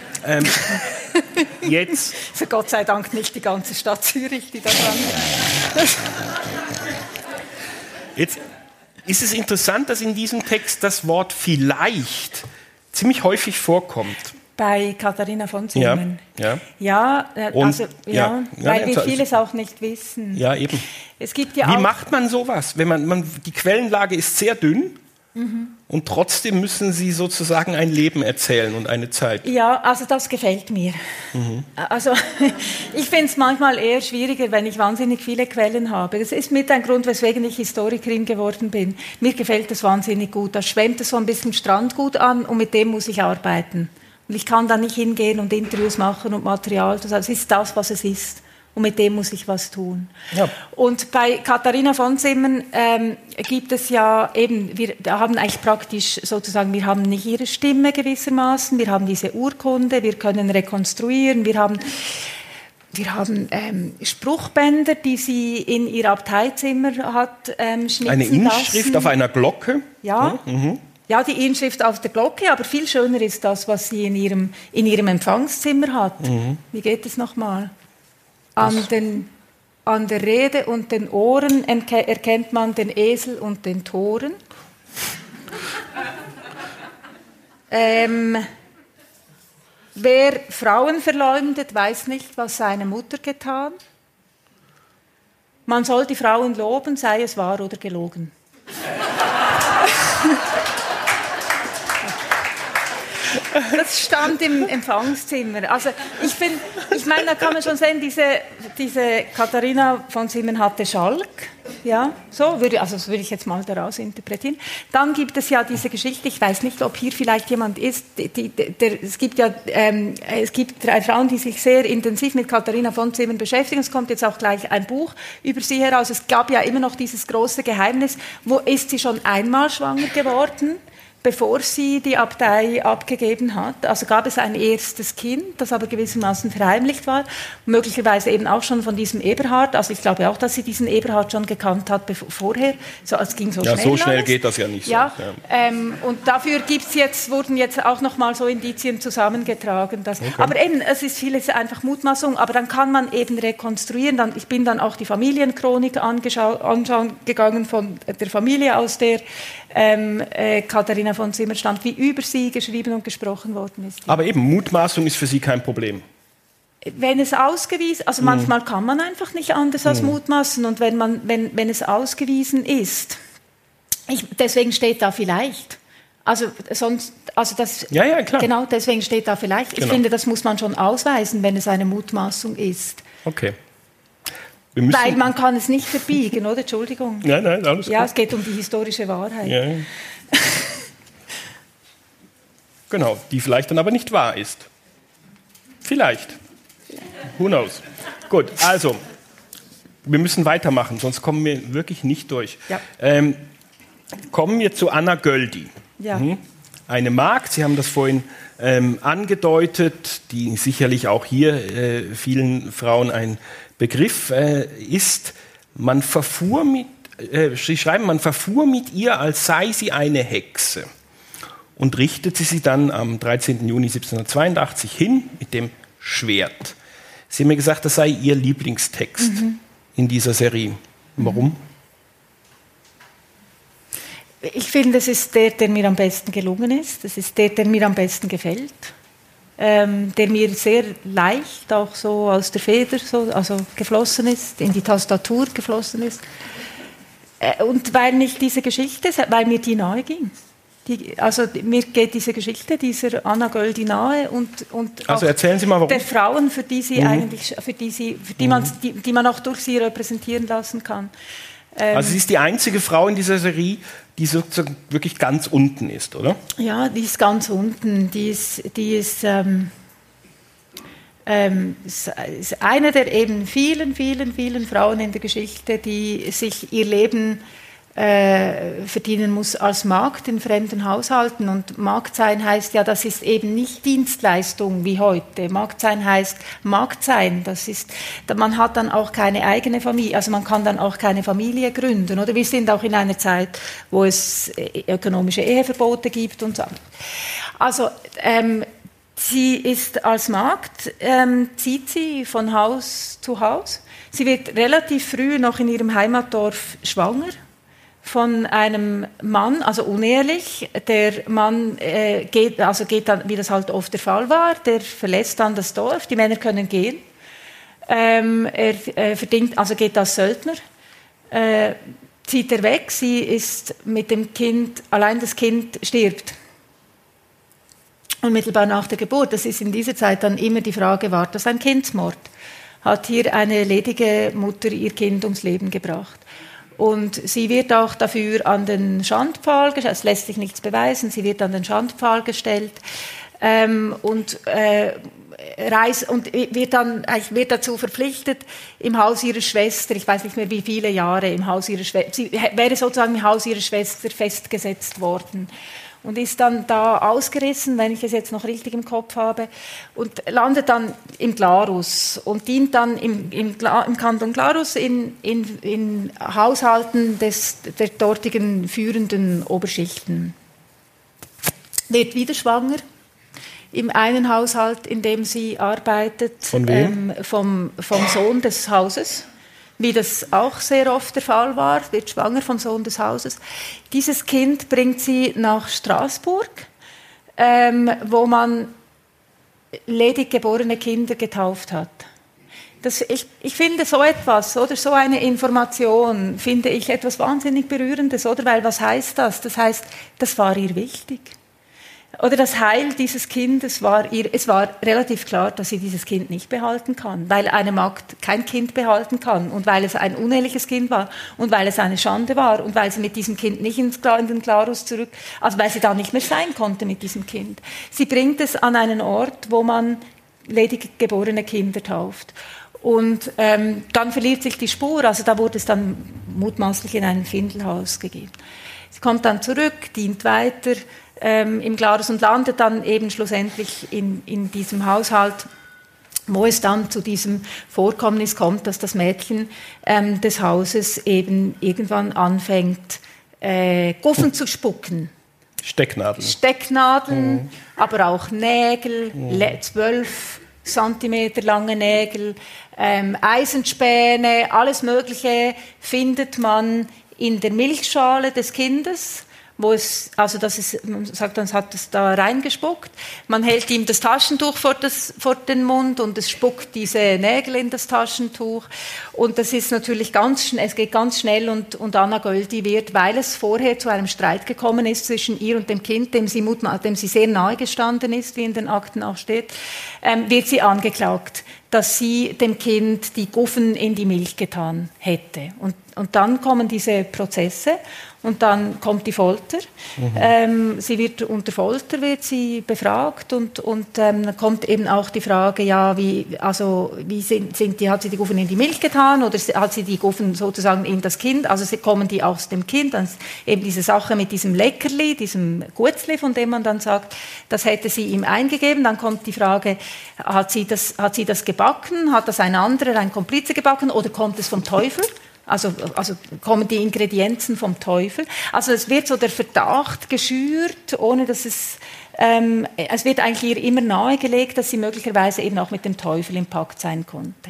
Jetzt. Also Gott sei Dank nicht die ganze Stadt Zürich, die da dran ist. ist es interessant, dass in diesem Text das Wort vielleicht ziemlich häufig vorkommt. Bei Katharina von Simmern. Ja, weil wir vieles auch nicht wissen. Ja, eben. Es gibt ja Wie auch macht man sowas? Wenn man die Quellenlage ist sehr dünn und trotzdem müssen Sie sozusagen ein Leben erzählen und eine Zeit. Ja, also das gefällt mir. Also ich finde es manchmal eher schwieriger, wenn ich wahnsinnig viele Quellen habe. Das ist mit ein Grund, weswegen ich Historikerin geworden bin. Mir gefällt das wahnsinnig gut. Da schwemmt es so ein bisschen Strandgut an und mit dem muss ich arbeiten. Und ich kann da nicht hingehen und Interviews machen und Material. Es ist das, was es ist. Und mit dem muss ich was tun. Ja. Und bei Katharina von Simmern gibt es ja eben, wir haben eigentlich praktisch sozusagen, wir haben nicht ihre Stimme gewissermaßen, wir haben diese Urkunde, wir können rekonstruieren, wir haben Spruchbänder, die sie in ihr Abteizimmer hat schnitzen eine Inschrift lassen. Auf einer Glocke. Ja. Ja, die Inschrift auf der Glocke, aber viel schöner ist das, was sie in ihrem Empfangszimmer hat. Wie geht es nochmal? An der Rede und den Ohren erkennt man den Esel und den Toren. Wer Frauen verleumdet, weiß nicht, was seine Mutter getan. Man soll die Frauen loben, sei es wahr oder gelogen. Das stand im Empfangszimmer. Also ich meine, da kann man schon sehen, diese Katharina von Simmern hatte Schalk. Ja, das würde ich jetzt mal daraus interpretieren. Dann gibt es ja diese Geschichte, ich weiß nicht, ob hier vielleicht jemand ist, es gibt 3 Frauen, die sich sehr intensiv mit Katharina von Simmern beschäftigen. Es kommt jetzt auch gleich ein Buch über sie heraus. Es gab ja immer noch dieses große Geheimnis, wo ist sie schon einmal schwanger geworden, bevor sie die Abtei abgegeben hat. Also gab es ein erstes Kind, das aber gewissermaßen verheimlicht war. Möglicherweise eben auch schon von diesem Eberhard. Also ich glaube auch, dass sie diesen Eberhard schon gekannt hat vorher. Es ging so schnell. Ja, so schnell alles. Geht das ja nicht. Ja, so. Und dafür wurden jetzt auch noch mal so Indizien zusammengetragen. Aber eben, es ist vieles einfach Mutmaßung. Aber dann kann man eben rekonstruieren. Ich bin dann auch die Familienchronik anschauen gegangen von der Familie, aus der Katharina von Simmern stammt, wie über sie geschrieben und gesprochen worden ist. Aber eben, Mutmaßung ist für Sie kein Problem. Wenn es ausgewiesen, also manchmal kann man einfach nicht anders als mutmaßen, und wenn es ausgewiesen ist, deswegen steht da vielleicht. Ja, klar. Genau, deswegen steht da vielleicht. Genau. Ich finde, das muss man schon ausweisen, wenn es eine Mutmaßung ist. Okay. Weil man kann es nicht verbiegen, oder? Entschuldigung. Nein, alles gut. Ja, es geht um die historische Wahrheit. Ja. Genau, die vielleicht dann aber nicht wahr ist. Vielleicht. Who knows? Gut, also, wir müssen weitermachen, sonst kommen wir wirklich nicht durch. Ja. Kommen wir zu Anna Göldi. Ja. Eine Magd, Sie haben das vorhin angedeutet, die sicherlich auch hier vielen Frauen ein Begriff ist. Sie schreiben, man verfuhr mit ihr, als sei sie eine Hexe, und richtete sie dann am 13. Juni 1782 hin mit dem Schwert. Sie haben mir gesagt, das sei Ihr Lieblingstext in dieser Serie. Warum? Ich finde, es ist der mir am besten gelungen ist. Das ist der mir am besten gefällt. Der mir sehr leicht auch so aus der Feder geflossen ist, in die Tastatur geflossen ist. Und weil mich diese Geschichte, weil mir die nahe ging. Mir geht diese Geschichte dieser Anna Göldi nahe und also erzählen Sie mal, warum. Der Frauen, für die sie eigentlich, die man auch durch sie repräsentieren lassen kann. Also sie ist die einzige Frau in dieser Serie, die sozusagen wirklich ganz unten ist, oder? Ja, die ist ganz unten. Die ist eine der eben vielen Frauen in der Geschichte, die sich ihr Leben verdienen muss als Magd in fremden Haushalten. Und Magd sein heißt ja, das ist eben nicht Dienstleistung wie heute. Magd sein heißt Magd sein. Man hat dann auch keine eigene Familie, also man kann dann auch keine Familie gründen. Oder wir sind auch in einer Zeit, wo es ökonomische Eheverbote gibt und so. Also sie ist als Magd, zieht sie von Haus zu Haus. Sie wird relativ früh noch in ihrem Heimatdorf schwanger von einem Mann, also unehelich. Der Mann geht dann, wie das halt oft der Fall war, der verlässt dann das Dorf, die Männer können gehen. Er verdient, also geht als Söldner, zieht er weg, sie ist mit dem Kind, allein das Kind stirbt. Unmittelbar nach der Geburt, das ist in dieser Zeit dann immer die Frage, war das ein Kindsmord? Hat hier eine ledige Mutter ihr Kind ums Leben gebracht? Und sie wird auch dafür an den Schandpfahl gestellt, es lässt sich nichts beweisen, sie wird an den Schandpfahl gestellt und wird dazu verpflichtet, im Haus ihrer Schwester, ich weiß nicht mehr wie viele Jahre, im Haus ihrer Schwester, sie wäre sozusagen im Haus ihrer Schwester festgesetzt worden. Und ist dann da ausgerissen, wenn ich es jetzt noch richtig im Kopf habe, und landet dann im Glarus und dient dann im Kanton Glarus in Haushalten der dortigen führenden Oberschichten. Wird wieder schwanger, im einen Haushalt, in dem sie arbeitet. Von wem? Vom Sohn des Hauses. Wie das auch sehr oft der Fall war, wird schwanger vom Sohn des Hauses. Dieses Kind bringt sie nach Straßburg, wo man ledig geborene Kinder getauft hat. Ich finde so etwas, oder so eine Information, finde ich etwas wahnsinnig Berührendes, oder? Weil was heißt das? Das heißt, das war ihr wichtig. Oder das Heil dieses Kindes es war relativ klar, dass sie dieses Kind nicht behalten kann, weil eine Magd kein Kind behalten kann und weil es ein uneheliches Kind war und weil es eine Schande war und weil sie mit diesem Kind nicht in den Glarus also weil sie da nicht mehr sein konnte mit diesem Kind. Sie bringt es an einen Ort, wo man ledig geborene Kinder tauft. Und dann verliert sich die Spur, also da wurde es dann mutmaßlich in ein Findelhaus gegeben. Sie kommt dann zurück, dient weiter im Glarus und landet dann eben schlussendlich in diesem Haushalt, wo es dann zu diesem Vorkommnis kommt, dass das Mädchen des Hauses eben irgendwann anfängt, Guffen zu spucken. Stecknadeln, aber auch Nägel, 12 Zentimeter lange Nägel, Eisenspäne, alles Mögliche findet man in der Milchschale des Kindes, wo es, also das ist, man sagt, dann hat es da reingespuckt. Man hält ihm das Taschentuch vor den Mund und es spuckt diese Nägel in das Taschentuch. Und das ist natürlich es geht ganz schnell und Anna Göldi wird, weil es vorher zu einem Streit gekommen ist zwischen ihr und dem Kind, dem sie sehr nahe gestanden ist, wie in den Akten auch steht, wird sie angeklagt, dass sie dem Kind die Guffen in die Milch getan hätte. Und dann kommen diese Prozesse und dann kommt die Folter. Sie wird unter Folter wird sie befragt und dann kommt eben auch die Frage, ja, hat sie die Guffen in die Milch getan oder hat sie die Guffen sozusagen in das Kind? Also kommen die aus dem Kind? Dann ist eben diese Sache mit diesem Leckerli, diesem Gutzli, von dem man dann sagt, das hätte sie ihm eingegeben. Dann kommt die Frage, hat sie das gebacken? Hat das ein Komplize gebacken oder kommt es vom Teufel? Also kommen die Ingredienzen vom Teufel. Also es wird so der Verdacht geschürt, ohne dass es wird eigentlich ihr immer nahegelegt, dass sie möglicherweise eben auch mit dem Teufel im Pakt sein konnte.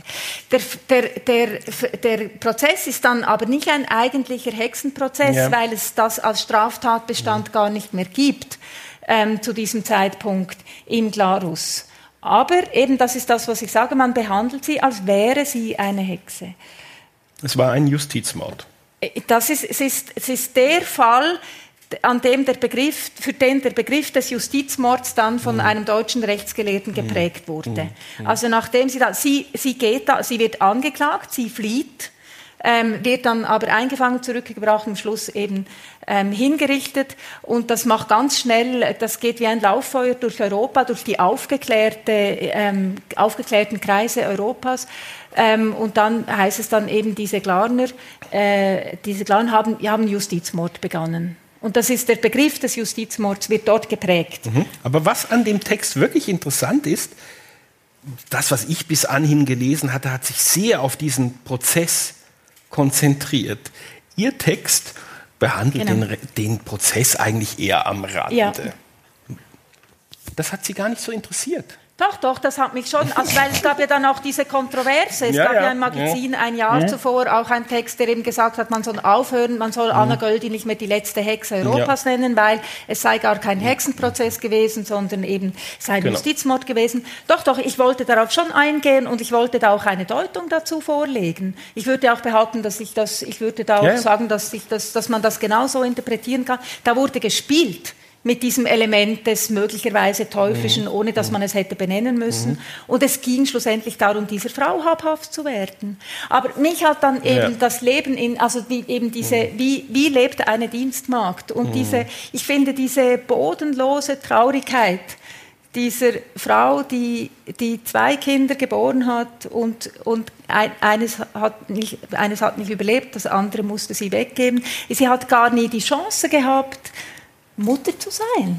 Der Prozess ist dann aber nicht ein eigentlicher Hexenprozess, weil es das als Straftatbestand gar nicht mehr gibt zu diesem Zeitpunkt im Glarus. Aber eben, das ist das, was ich sage, man behandelt sie, als wäre sie eine Hexe. Es war ein Justizmord. Es ist der Fall, für den der Begriff des Justizmords dann von einem deutschen Rechtsgelehrten geprägt wurde. Also nachdem sie wird angeklagt, sie flieht, wird dann aber eingefangen, zurückgebracht, am Schluss eben hingerichtet. Und das macht ganz schnell, das geht wie ein Lauffeuer durch Europa, durch die aufgeklärten Kreise Europas. Und dann heißt es dann eben, diese Glarner haben Justizmord begangen. Und das ist der Begriff des Justizmords, wird dort geprägt. Aber was an dem Text wirklich interessant ist, das, was ich bis anhin gelesen hatte, hat sich sehr auf diesen Prozess konzentriert. Ihr Text behandelt den Prozess eigentlich eher am Rande. Ja. Das hat sie gar nicht so interessiert. Doch, das hat mich schon, also weil es gab ja dann auch diese Kontroverse, es gab ja im Magazin ein Jahr zuvor auch einen Text, der eben gesagt hat, man soll aufhören, man soll Anna Göldi nicht mehr die letzte Hexe Europas nennen, weil es sei gar kein Hexenprozess gewesen, sondern eben sei ein Justizmord gewesen. Doch, ich wollte darauf schon eingehen und ich wollte da auch eine Deutung dazu vorlegen. Ich würde auch behaupten, ich würde da auch sagen, dass man das genauso interpretieren kann. Da wurde gespielt mit diesem Element des möglicherweise Teuflischen, ohne dass man es hätte benennen müssen. Und es ging schlussendlich darum, dieser Frau habhaft zu werden. Aber mich hat dann eben das Leben wie lebt eine Dienstmagd? Und ich finde diese bodenlose Traurigkeit dieser Frau, die 2 Kinder geboren hat und eines hat nicht überlebt, das andere musste sie weggeben. Sie hat gar nie die Chance gehabt, Mutter zu sein.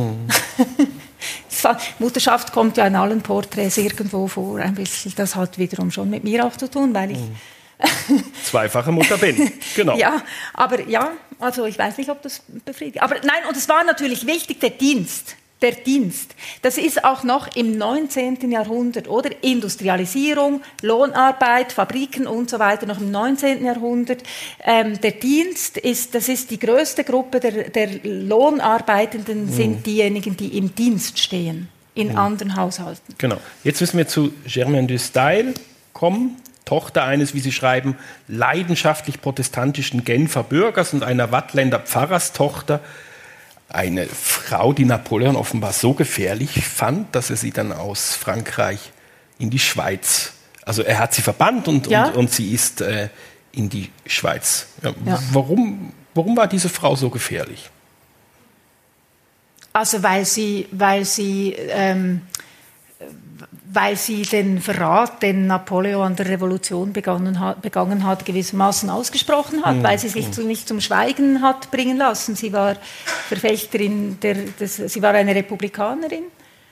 Mutterschaft kommt ja in allen Porträts irgendwo vor, ein bisschen. Das hat wiederum schon mit mir auch zu tun, weil ich zweifache Mutter bin. Genau. Ja, aber also ich weiß nicht, ob das befriedigt. Aber nein, und es war natürlich wichtig, der Dienst. Das ist auch noch im 19. Jahrhundert, oder? Industrialisierung, Lohnarbeit, Fabriken und so weiter, noch im 19. Jahrhundert. Der Dienst das ist die größte Gruppe der Lohnarbeitenden, sind diejenigen, die im Dienst stehen, in anderen Haushalten. Genau. Jetzt müssen wir zu Germaine de Staël kommen. Tochter eines, wie Sie schreiben, leidenschaftlich protestantischen Genfer Bürgers und einer Waadtländer Pfarrerstochter. Eine Frau, die Napoleon offenbar so gefährlich fand, dass er sie dann aus Frankreich in die Schweiz, also er hat sie verbannt und sie ist in die Schweiz. Warum war diese Frau so gefährlich? Also weil sie den Verrat, den Napoleon an der Revolution begangen hat, gewissermaßen ausgesprochen hat, weil sie sich nicht zum Schweigen hat bringen lassen. Sie war Verfechterin sie war eine Republikanerin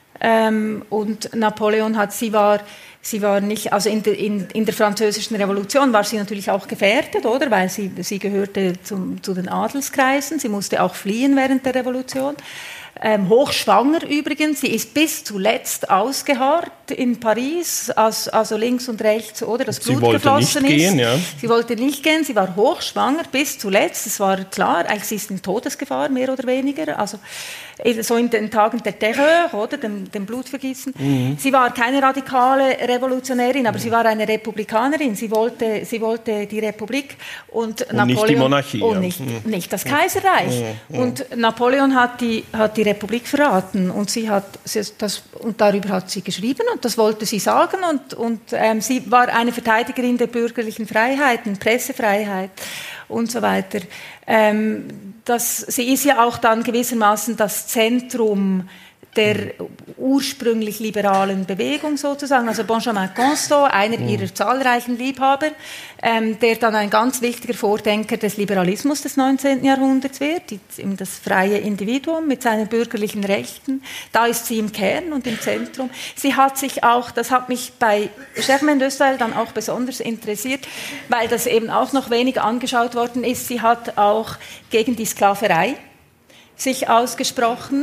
und Napoleon sie war nicht, also in der französischen Revolution war sie natürlich auch gefährdet, oder? Weil sie gehörte zu den Adelskreisen, sie musste auch fliehen während der Revolution. Hochschwanger übrigens, sie ist bis zuletzt ausgeharrt in Paris, also links und rechts, oder das Blut geflossen ist. Sie wollte nicht gehen, sie war hochschwanger bis zuletzt, es war klar, eigentlich sie ist in Todesgefahr, mehr oder weniger, also so in den Tagen der Terreur, oder, dem Blutvergießen. Sie war keine radikale Revolutionärin, aber sie war eine Republikanerin, sie wollte die Republik und Napoleon, nicht die Monarchie. Und nicht das Kaiserreich. Und Napoleon hat die Republik verraten und und darüber hat sie geschrieben und das wollte sie sagen und sie war eine Verteidigerin der bürgerlichen Freiheiten, Pressefreiheit und so weiter. Sie ist ja auch dann gewissermaßen das Zentrum der ursprünglich liberalen Bewegung sozusagen, also Benjamin Constant, einer ihrer zahlreichen Liebhaber, der dann ein ganz wichtiger Vordenker des Liberalismus des 19. Jahrhunderts wird, das freie Individuum mit seinen bürgerlichen Rechten. Da ist sie im Kern und im Zentrum. Sie hat sich auch, das hat mich bei Germaine de Staël dann auch besonders interessiert, weil das eben auch noch wenig angeschaut worden ist, sie hat auch gegen die Sklaverei sich ausgesprochen,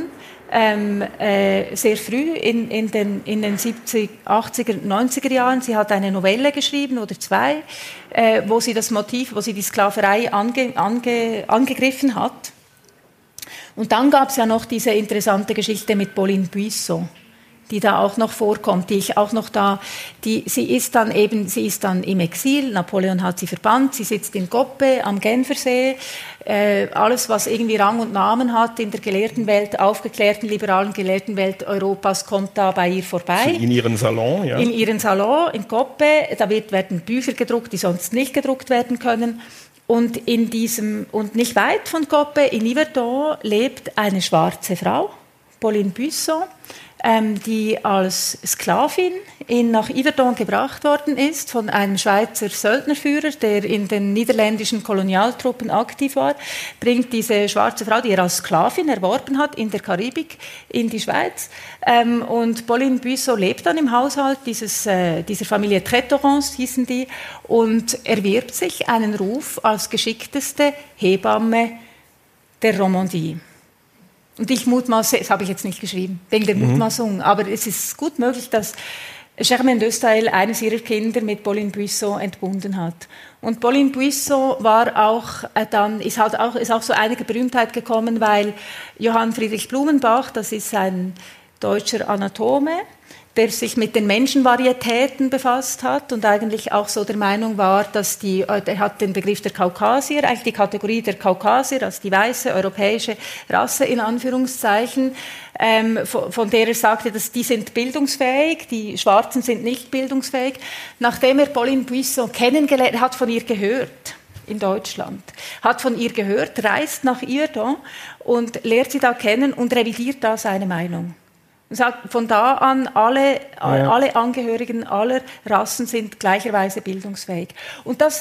sehr früh in den 70er, 80er, 90er Jahren. Sie hat eine Novelle geschrieben oder 2, wo sie die Sklaverei angegriffen hat. Und dann gab es ja noch diese interessante Geschichte mit Pauline Buisson, die da auch noch vorkommt, sie ist dann im Exil, Napoleon hat sie verbannt, sie sitzt in Coppe am Genfersee, alles, was irgendwie Rang und Namen hat in der gelehrten Welt, aufgeklärten, liberalen gelehrten Welt Europas, kommt da bei ihr vorbei. In ihren Salon, ja. In ihren Salon, in Coppe, da werden Bücher gedruckt, die sonst nicht gedruckt werden können. Und nicht weit von Coppe, in Yverdon, lebt eine schwarze Frau, Pauline Buisson, die als Sklavin nach Yverdon gebracht worden ist von einem Schweizer Söldnerführer, der in den niederländischen Kolonialtruppen aktiv war, bringt diese schwarze Frau, die er als Sklavin erworben hat, in der Karibik in die Schweiz. Und Pauline Buisson lebt dann im Haushalt dieser Familie Trétorrance, hießen die, und erwirbt sich einen Ruf als geschickteste Hebamme der Romandie. Und ich mutmaße, das habe ich jetzt nicht geschrieben, wegen der Mutmaßung, aber es ist gut möglich, dass Germaine d'Estal eines ihrer Kinder mit Pauline Buisson entbunden hat. Und Pauline Buisson war auch ist auch so einige Berühmtheit gekommen, weil Johann Friedrich Blumenbach, das ist ein deutscher Anatome, der sich mit den Menschenvarietäten befasst hat und eigentlich auch so der Meinung war, dass er hat den Begriff der Kaukasier, eigentlich die Kategorie der Kaukasier, also die weiße europäische Rasse in Anführungszeichen, von der er sagte, dass die sind bildungsfähig, die Schwarzen sind nicht bildungsfähig. Nachdem er Pauline Buisson kennengelernt, er hat von ihr gehört in Deutschland, hat von ihr gehört, reist nach Yverdon und lernt sie da kennen und revidiert da seine Meinung. Und sagt, von da an, alle Angehörigen aller Rassen sind gleicherweise bildungsfähig. Und da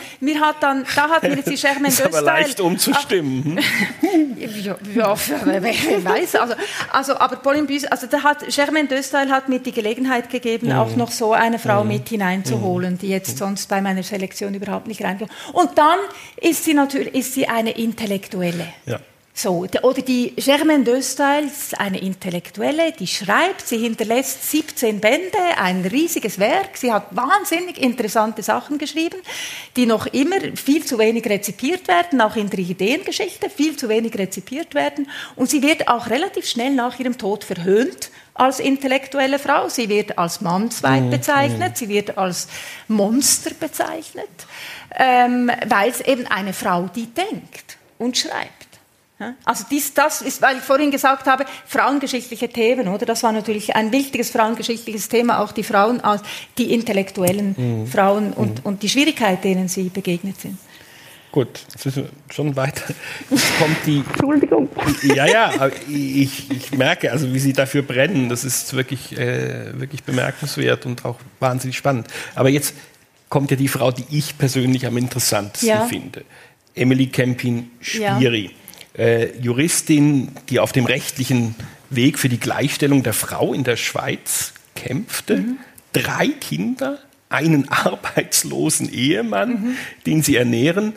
hat mir jetzt die Germaine d'Estal... ist aber leicht umzustimmen. ja, wer weiß. Aber Pauline Buisson, Germaine d'Estal hat mir die Gelegenheit gegeben, auch noch so eine Frau mit hineinzuholen, die jetzt sonst bei meiner Selektion überhaupt nicht reinkommt. Und dann ist sie eine Intellektuelle. Ja. So, oder die Germaine d'Estal ist eine Intellektuelle, die schreibt, sie hinterlässt 17 Bände, ein riesiges Werk, sie hat wahnsinnig interessante Sachen geschrieben, die noch immer viel zu wenig rezipiert werden, auch in der Ideengeschichte viel zu wenig rezipiert werden, und sie wird auch relativ schnell nach ihrem Tod verhöhnt als intellektuelle Frau, sie wird als Mannsweib bezeichnet, sie wird als Monster bezeichnet, weil es eben eine Frau, die denkt und schreibt. Also das ist, weil ich vorhin gesagt habe, frauengeschichtliche Themen, oder? Das war natürlich ein wichtiges frauengeschichtliches Thema, auch die Frauen, die intellektuellen Frauen und die Schwierigkeit, denen sie begegnet sind. Gut, jetzt müssen wir schon weiter. Jetzt kommt die... Entschuldigung. Ja, ich merke, also wie Sie dafür brennen, das ist wirklich bemerkenswert und auch wahnsinnig spannend. Aber jetzt kommt ja die Frau, die ich persönlich am interessantesten finde. Emily Kempin-Spiri. Ja. Juristin, die auf dem rechtlichen Weg für die Gleichstellung der Frau in der Schweiz kämpfte, 3 Kinder, einen arbeitslosen Ehemann, den sie ernähren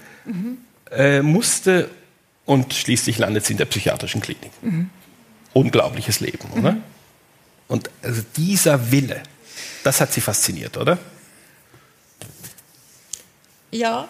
musste, und schließlich landet sie in der psychiatrischen Klinik. Unglaubliches Leben, oder? Und also dieser Wille, das hat sie fasziniert, oder? Ja.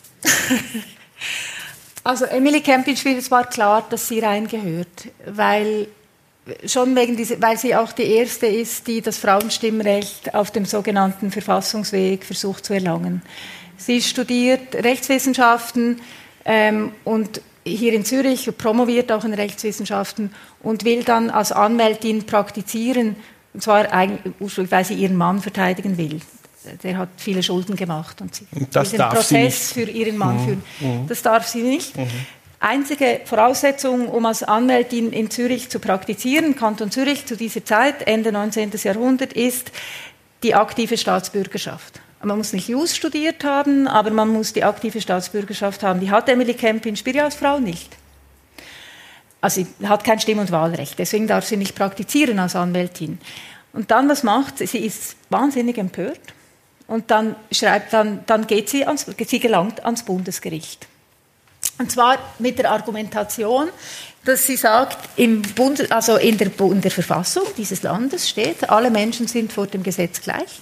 Also Emily Kempin-Spiri, es war klar, dass sie reingehört, weil sie auch die erste ist, die das Frauenstimmrecht auf dem sogenannten Verfassungsweg versucht zu erlangen. Sie studiert Rechtswissenschaften und hier in Zürich, promoviert auch in Rechtswissenschaften und will dann als Anwältin praktizieren, und zwar ursprünglich, weil sie ihren Mann verteidigen will. Der hat viele Schulden gemacht und sie will den Prozess für ihren Mann führen. Das darf sie nicht. Einzige Voraussetzung, um als Anwältin in Zürich zu praktizieren, Kanton Zürich zu dieser Zeit, Ende 19. Jahrhundert, ist die aktive Staatsbürgerschaft. Man muss nicht Jus studiert haben, aber man muss die aktive Staatsbürgerschaft haben. Die hat Emily Kempin-Spiri als Frau nicht. Also sie hat kein Stimm- und Wahlrecht, deswegen darf sie nicht praktizieren als Anwältin. Und dann, was macht sie? Sie ist wahnsinnig empört. Und dann geht sie gelangt ans Bundesgericht. Und zwar mit der Argumentation, dass sie sagt, in der Verfassung dieses Landes steht, alle Menschen sind vor dem Gesetz gleich.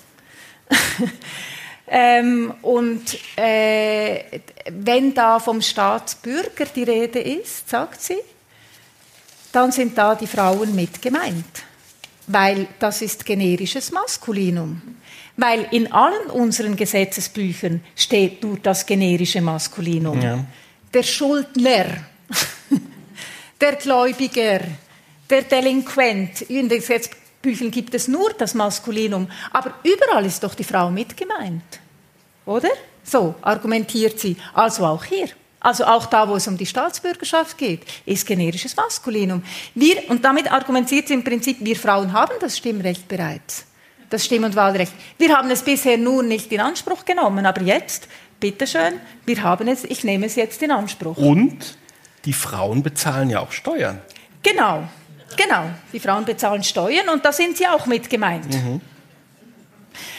Wenn da vom Staatsbürger die Rede ist, sagt sie, dann sind da die Frauen mit gemeint. Weil das ist generisches Maskulinum. Weil in allen unseren Gesetzesbüchern steht nur das generische Maskulinum. Ja. Der Schuldner, der Gläubiger, der Delinquent. In den Gesetzbüchern gibt es nur das Maskulinum. Aber überall ist doch die Frau mit gemeint. Oder? So argumentiert sie. Also auch hier. Also auch da, wo es um die Staatsbürgerschaft geht, ist generisches Maskulinum. Und damit argumentiert sie im Prinzip, wir Frauen haben das Stimmrecht bereits. Das Stimm- und Wahlrecht. Wir haben es bisher nur nicht in Anspruch genommen, aber jetzt, bitteschön, ich nehme es jetzt in Anspruch. Und die Frauen bezahlen ja auch Steuern. Genau. Die Frauen bezahlen Steuern und da sind sie auch mit gemeint.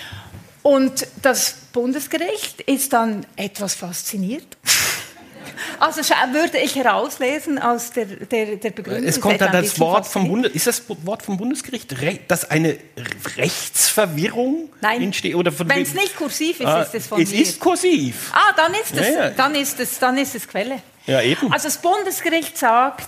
Und das Bundesgericht ist dann etwas fasziniert Also würde ich herauslesen aus der Begründung. Es kommt dann das Wort vom Bundesgericht. Ist das Wort vom Bundesgericht, dass eine Rechtsverwirrung entsteht? Wenn es nicht kursiv ist, ist es von mir. Es ist kursiv. Dann ist es, dann ist es Quelle. Ja, eben. Also das Bundesgericht sagt,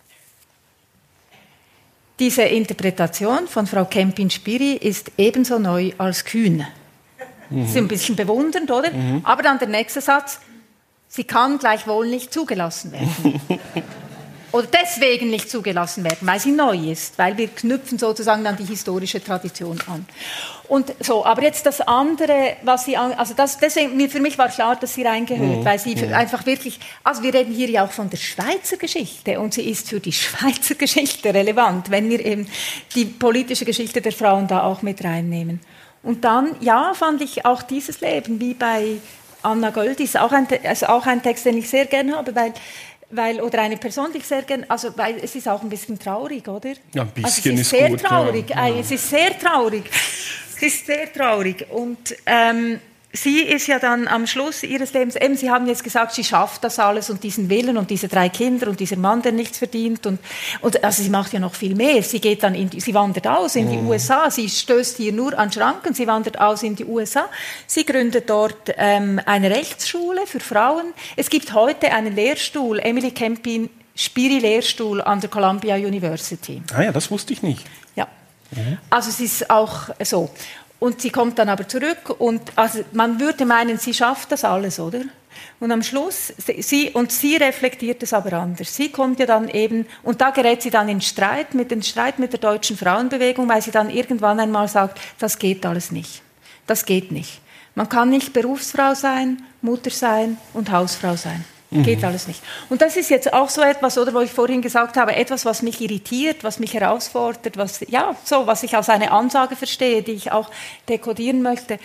diese Interpretation von Frau Kempin-Spiri ist ebenso neu als kühn. Das ist ein bisschen bewundernd, oder? Aber dann der nächste Satz, sie kann gleichwohl nicht zugelassen werden. Oder deswegen nicht zugelassen werden, weil sie neu ist, weil wir knüpfen sozusagen an die historische Tradition an. Und so, aber jetzt das andere, was sie deswegen, für mich war klar, dass sie reingehört, weil sie einfach wirklich, also wir reden hier ja auch von der Schweizer Geschichte und sie ist für die Schweizer Geschichte relevant, wenn wir eben die politische Geschichte der Frauen da auch mit reinnehmen. Und dann, fand ich auch dieses Leben, wie bei Anna Göldis, auch ein Text, den ich sehr gerne habe, oder eine Person, die ich sehr gerne, weil es ist auch ein bisschen traurig, oder? Ja, ein bisschen es ist sehr traurig. Ja. Es ist sehr traurig. Es ist sehr traurig. Und sie ist ja dann am Schluss ihres Lebens, eben, Sie haben jetzt gesagt, sie schafft das alles und diesen Willen und diese 3 Kinder und dieser Mann, der nichts verdient. Und also sie macht ja noch viel mehr. Sie geht dann sie wandert aus in die USA. Sie stößt hier nur an Schranken. Sie wandert aus in die USA. Sie gründet dort eine Rechtsschule für Frauen. Es gibt heute einen Lehrstuhl, Emily Kempin-Spiri-Lehrstuhl an der Columbia University. Ah ja, das wusste ich nicht. Ja. Also es ist auch so. Und sie kommt dann aber zurück und also man würde meinen, sie schafft das alles, oder? Und am Schluss, sie reflektiert es aber anders. Sie kommt ja dann eben, und da gerät sie dann in Streit mit der deutschen Frauenbewegung, weil sie dann irgendwann einmal sagt, das geht alles nicht. Das geht nicht. Man kann nicht Berufsfrau sein, Mutter sein und Hausfrau sein. Geht alles nicht. Und das ist jetzt auch so etwas, oder, wo ich vorhin gesagt habe, etwas, was mich irritiert, was mich herausfordert, was ich als eine Ansage verstehe, die ich auch dekodieren möchte.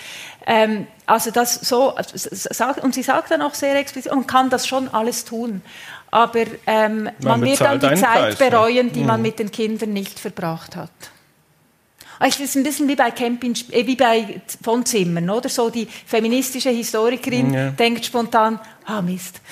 Also das so, und sie sagt dann auch sehr explizit, man kann das schon alles tun, aber man wird dann die Zeit bereuen, die man mit den Kindern nicht verbracht hat. Es ist ein bisschen wie bei von Zimmern, oder? So die feministische Historikerin denkt spontan, Mist.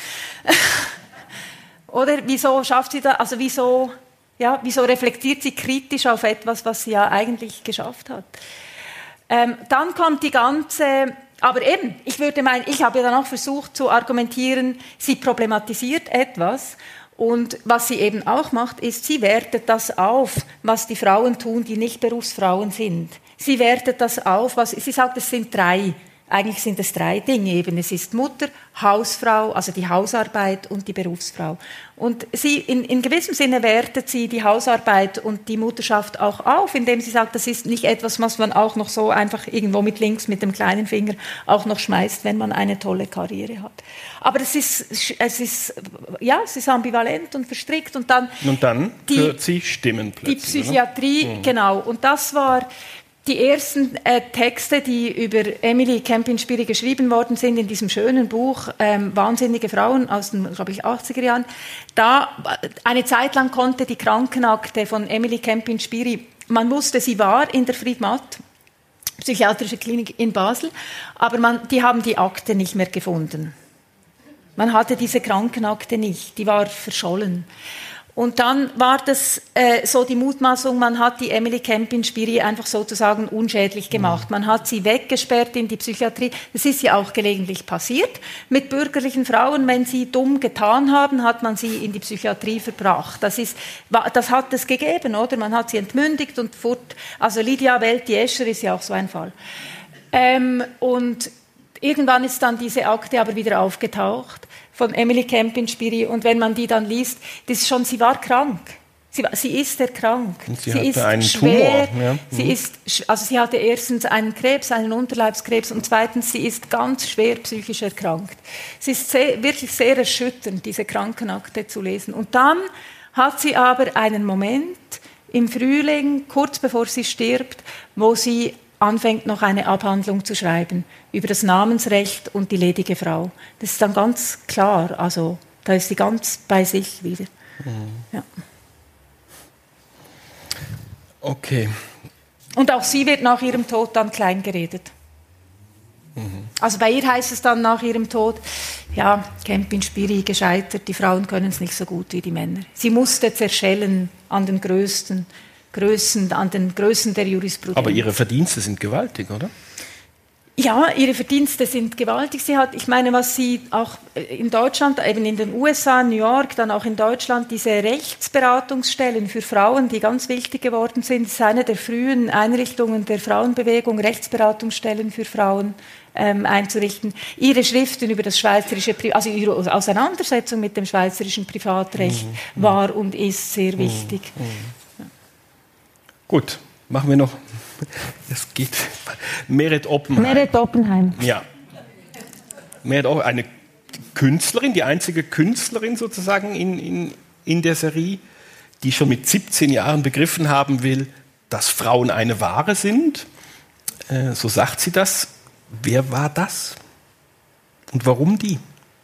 Oder wieso schafft sie das? Also wieso reflektiert sie kritisch auf etwas, was sie ja eigentlich geschafft hat? Dann kommt die ganze, aber eben, ich habe ja dann auch versucht zu argumentieren, sie problematisiert etwas. Und was sie eben auch macht, ist, sie wertet das auf, was die Frauen tun, die nicht Berufsfrauen sind. Sie wertet das auf, sie sagt, es sind 3. Eigentlich sind es 3 Dinge eben. Es ist Mutter, Hausfrau, also die Hausarbeit und die Berufsfrau. Und sie, in gewissem Sinne wertet sie die Hausarbeit und die Mutterschaft auch auf, indem sie sagt, das ist nicht etwas, was man auch noch so einfach irgendwo mit links, mit dem kleinen Finger auch noch schmeißt, wenn man eine tolle Karriere hat. Aber es ist ambivalent und verstrickt und dann hört sie Stimmen plötzlich. Die Psychiatrie, genau. Und das war die ersten Texte, die über Emily Kempin-Spiri geschrieben worden sind in diesem schönen Buch Wahnsinnige Frauen aus den, glaube ich, 80er Jahren. Da eine Zeit lang konnte die Krankenakte von Emily Kempin-Spiri, man wusste, sie war in der Friedmatt, psychiatrische Klinik in Basel, aber die haben die Akte nicht mehr gefunden. Man hatte diese Krankenakte nicht, die war verschollen. Und dann war das so die Mutmaßung, man hat die Emily Kempin-Spiri einfach sozusagen unschädlich gemacht. Man hat sie weggesperrt in die Psychiatrie. Das ist ja auch gelegentlich passiert. Mit bürgerlichen Frauen, wenn sie dumm getan haben, hat man sie in die Psychiatrie verbracht. Das hat es gegeben, oder? Man hat sie entmündigt und also Lydia Welti-Escher ist ja auch so ein Fall. Und irgendwann ist dann diese Akte aber wieder aufgetaucht von Emily Kempin-Spiri. Und wenn man die dann liest, das ist schon, sie war krank. Sie ist erkrankt. Und sie hatte einen schwer, Tumor. Ja. Sie hatte erstens einen Krebs, einen Unterleibskrebs, und zweitens, sie ist ganz schwer psychisch erkrankt. Es ist wirklich sehr erschütternd, diese Krankenakte zu lesen. Und dann hat sie aber einen Moment im Frühling, kurz bevor sie stirbt, wo sie anfängt, noch eine Abhandlung zu schreiben über das Namensrecht und die ledige Frau. Das ist dann ganz klar, also da ist sie ganz bei sich wieder. Ja. Okay. Und auch sie wird nach ihrem Tod dann klein geredet. Also bei ihr heißt es dann nach ihrem Tod, ja, Kempin Spiri gescheitert, die Frauen können es nicht so gut wie die Männer. Sie musste zerschellen an den Größen der Jurisprudenz. Aber ihre Verdienste sind gewaltig, oder? Ja, ihre Verdienste sind gewaltig. Sie hat, ich meine, was sie auch in Deutschland, eben in den USA, New York, dann auch in Deutschland, diese Rechtsberatungsstellen für Frauen, die ganz wichtig geworden sind, ist eine der frühen Einrichtungen der Frauenbewegung, Rechtsberatungsstellen für Frauen einzurichten. Ihre Schriften über das schweizerische, also ihre Auseinandersetzung mit dem schweizerischen Privatrecht war und ist sehr wichtig. Ja. Gut, machen wir noch. Es geht. Meret Oppenheim. Meret Oppenheim. Ja. Meret Oppenheim, eine Künstlerin, die einzige Künstlerin sozusagen in der Serie, die schon mit 17 Jahren begriffen haben will, dass Frauen eine Ware sind. So sagt sie das. Wer war das? Und warum die?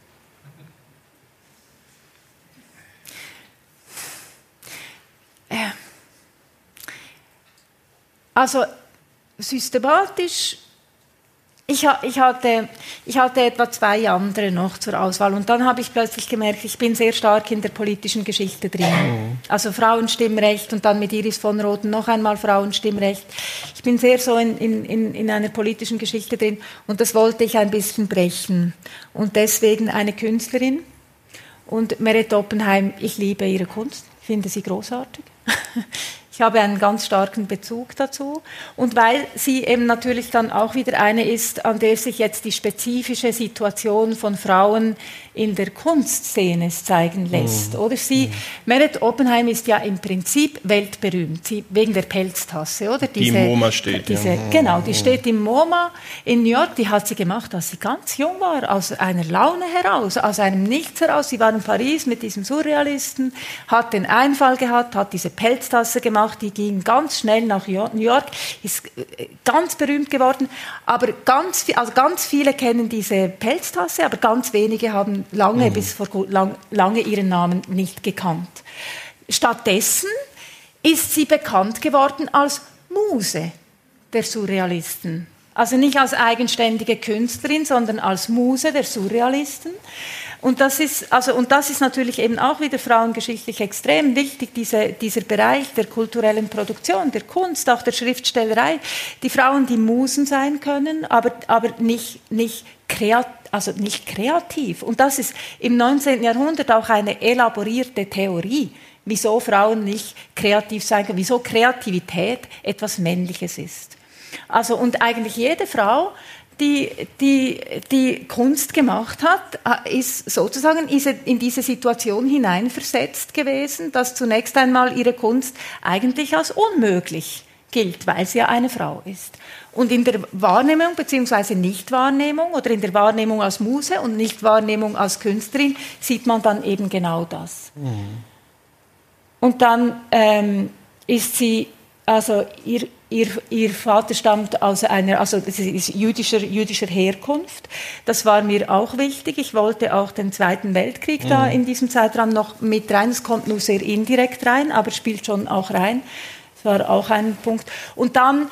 Also systematisch, ich hatte etwa 2 andere noch zur Auswahl und dann habe ich plötzlich gemerkt, ich bin sehr stark in der politischen Geschichte drin. Also Frauenstimmrecht und dann mit Iris von Rothen noch einmal Frauenstimmrecht. Ich bin sehr so in einer politischen Geschichte drin und das wollte ich ein bisschen brechen. Und deswegen eine Künstlerin und Meret Oppenheim, ich liebe ihre Kunst, finde sie großartig. Ich habe einen ganz starken Bezug dazu und weil sie eben natürlich dann auch wieder eine ist, an der sich jetzt die spezifische Situation von Frauen in der Kunstszene zeigen lässt. Oder Meret Oppenheim ist ja im Prinzip weltberühmt, wegen der Pelztasse, oder? Die im MoMA steht. Genau, die steht im MoMA in New York, die hat sie gemacht, als sie ganz jung war, aus einer Laune heraus, aus einem Nichts heraus. Sie war in Paris mit diesem Surrealisten, hat den Einfall gehabt, hat diese Pelztasse gemacht, die ging ganz schnell nach New York, ist ganz berühmt geworden, aber ganz viele kennen diese Pelztasse, aber ganz wenige haben bis vor lange ihren Namen nicht gekannt. Stattdessen ist sie bekannt geworden als Muse der Surrealisten. Also nicht als eigenständige Künstlerin, sondern als Muse der Surrealisten. Und das ist natürlich eben auch wieder frauengeschichtlich extrem wichtig, dieser Bereich der kulturellen Produktion, der Kunst, auch der Schriftstellerei. Die Frauen, die Musen sein können, aber nicht kreativ. Und das ist im 19. Jahrhundert auch eine elaborierte Theorie, wieso Frauen nicht kreativ sein können, wieso Kreativität etwas Männliches ist. Also, und eigentlich jede Frau, die Kunst gemacht hat, ist sozusagen in diese Situation hineinversetzt gewesen, dass zunächst einmal ihre Kunst eigentlich als unmöglich gilt, weil sie ja eine Frau ist. Und in der Wahrnehmung bzw. Nichtwahrnehmung oder in der Wahrnehmung als Muse und Nichtwahrnehmung als Künstlerin sieht man dann eben genau das. Und dann ist sie, also ihr Vater stammt aus das ist jüdischer Herkunft. Das war mir auch wichtig. Ich wollte auch den Zweiten Weltkrieg da in diesem Zeitraum noch mit rein. Es kommt nur sehr indirekt rein, aber spielt schon auch rein. Das war auch ein Punkt. Und dann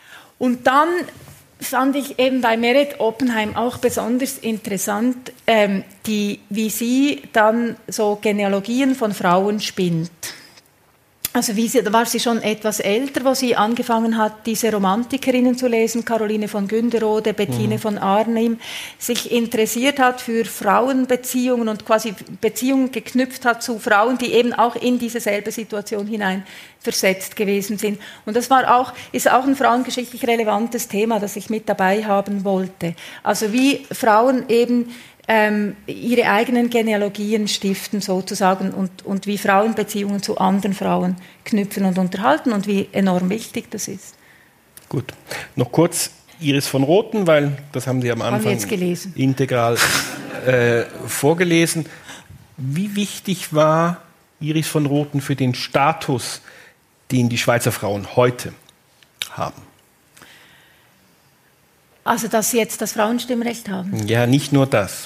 fand ich eben bei Meret Oppenheim auch besonders interessant, wie sie dann so Genealogien von Frauen spinnt. Also da war sie schon etwas älter, wo sie angefangen hat, diese Romantikerinnen zu lesen, Caroline von Günderode, Bettine von Arnim, sich interessiert hat für Frauenbeziehungen und quasi Beziehungen geknüpft hat zu Frauen, die eben auch in diese selbe Situation hinein versetzt gewesen sind. Und das ist auch ein frauengeschichtlich relevantes Thema, das ich mit dabei haben wollte. Also wie Frauen eben ihre eigenen Genealogien stiften sozusagen und wie Frauen Beziehungen zu anderen Frauen knüpfen und unterhalten und wie enorm wichtig das ist. Gut. Noch kurz Iris von Rothen, weil das haben Sie am Anfang integral vorgelesen. Wie wichtig war Iris von Rothen für den Status, den die Schweizer Frauen heute haben? Also, dass sie jetzt das Frauenstimmrecht haben? Ja, nicht nur das.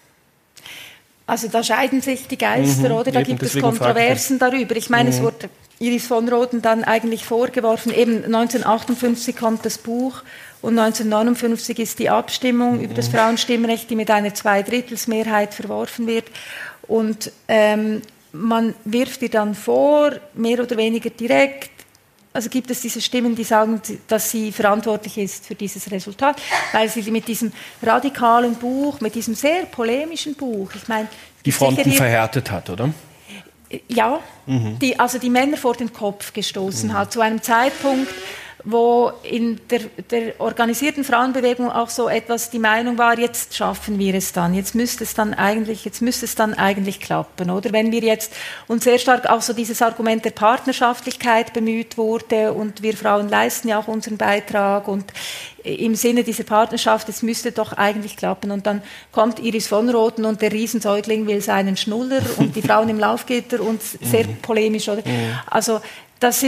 Also da scheiden sich die Geister, oder? Da gibt es Kontroversen darüber. Ich meine, es wurde Iris von Rothen dann eigentlich vorgeworfen, eben 1958 kommt das Buch und 1959 ist die Abstimmung über das Frauenstimmrecht, die mit einer Zweidrittelsmehrheit verworfen wird. Und man wirft ihr dann vor, mehr oder weniger direkt, also gibt es diese Stimmen, die sagen, dass sie verantwortlich ist für dieses Resultat, weil sie mit diesem radikalen Buch, mit diesem sehr polemischen Buch, ich meine... Die Fronten verhärtet hat, oder? Ja, die Männer vor den Kopf gestoßen hat, zu einem Zeitpunkt, wo in der organisierten Frauenbewegung auch so etwas die Meinung war, jetzt schaffen wir es dann, jetzt müsste es dann eigentlich klappen, oder? Wenn wir jetzt, und sehr stark auch so dieses Argument der Partnerschaftlichkeit bemüht wurde und wir Frauen leisten ja auch unseren Beitrag und im Sinne dieser Partnerschaft, es müsste doch eigentlich klappen. Und dann kommt Iris von Rothen und der Riesensäugling will seinen Schnuller und die Frauen im Laufgitter und sehr polemisch, oder? Also das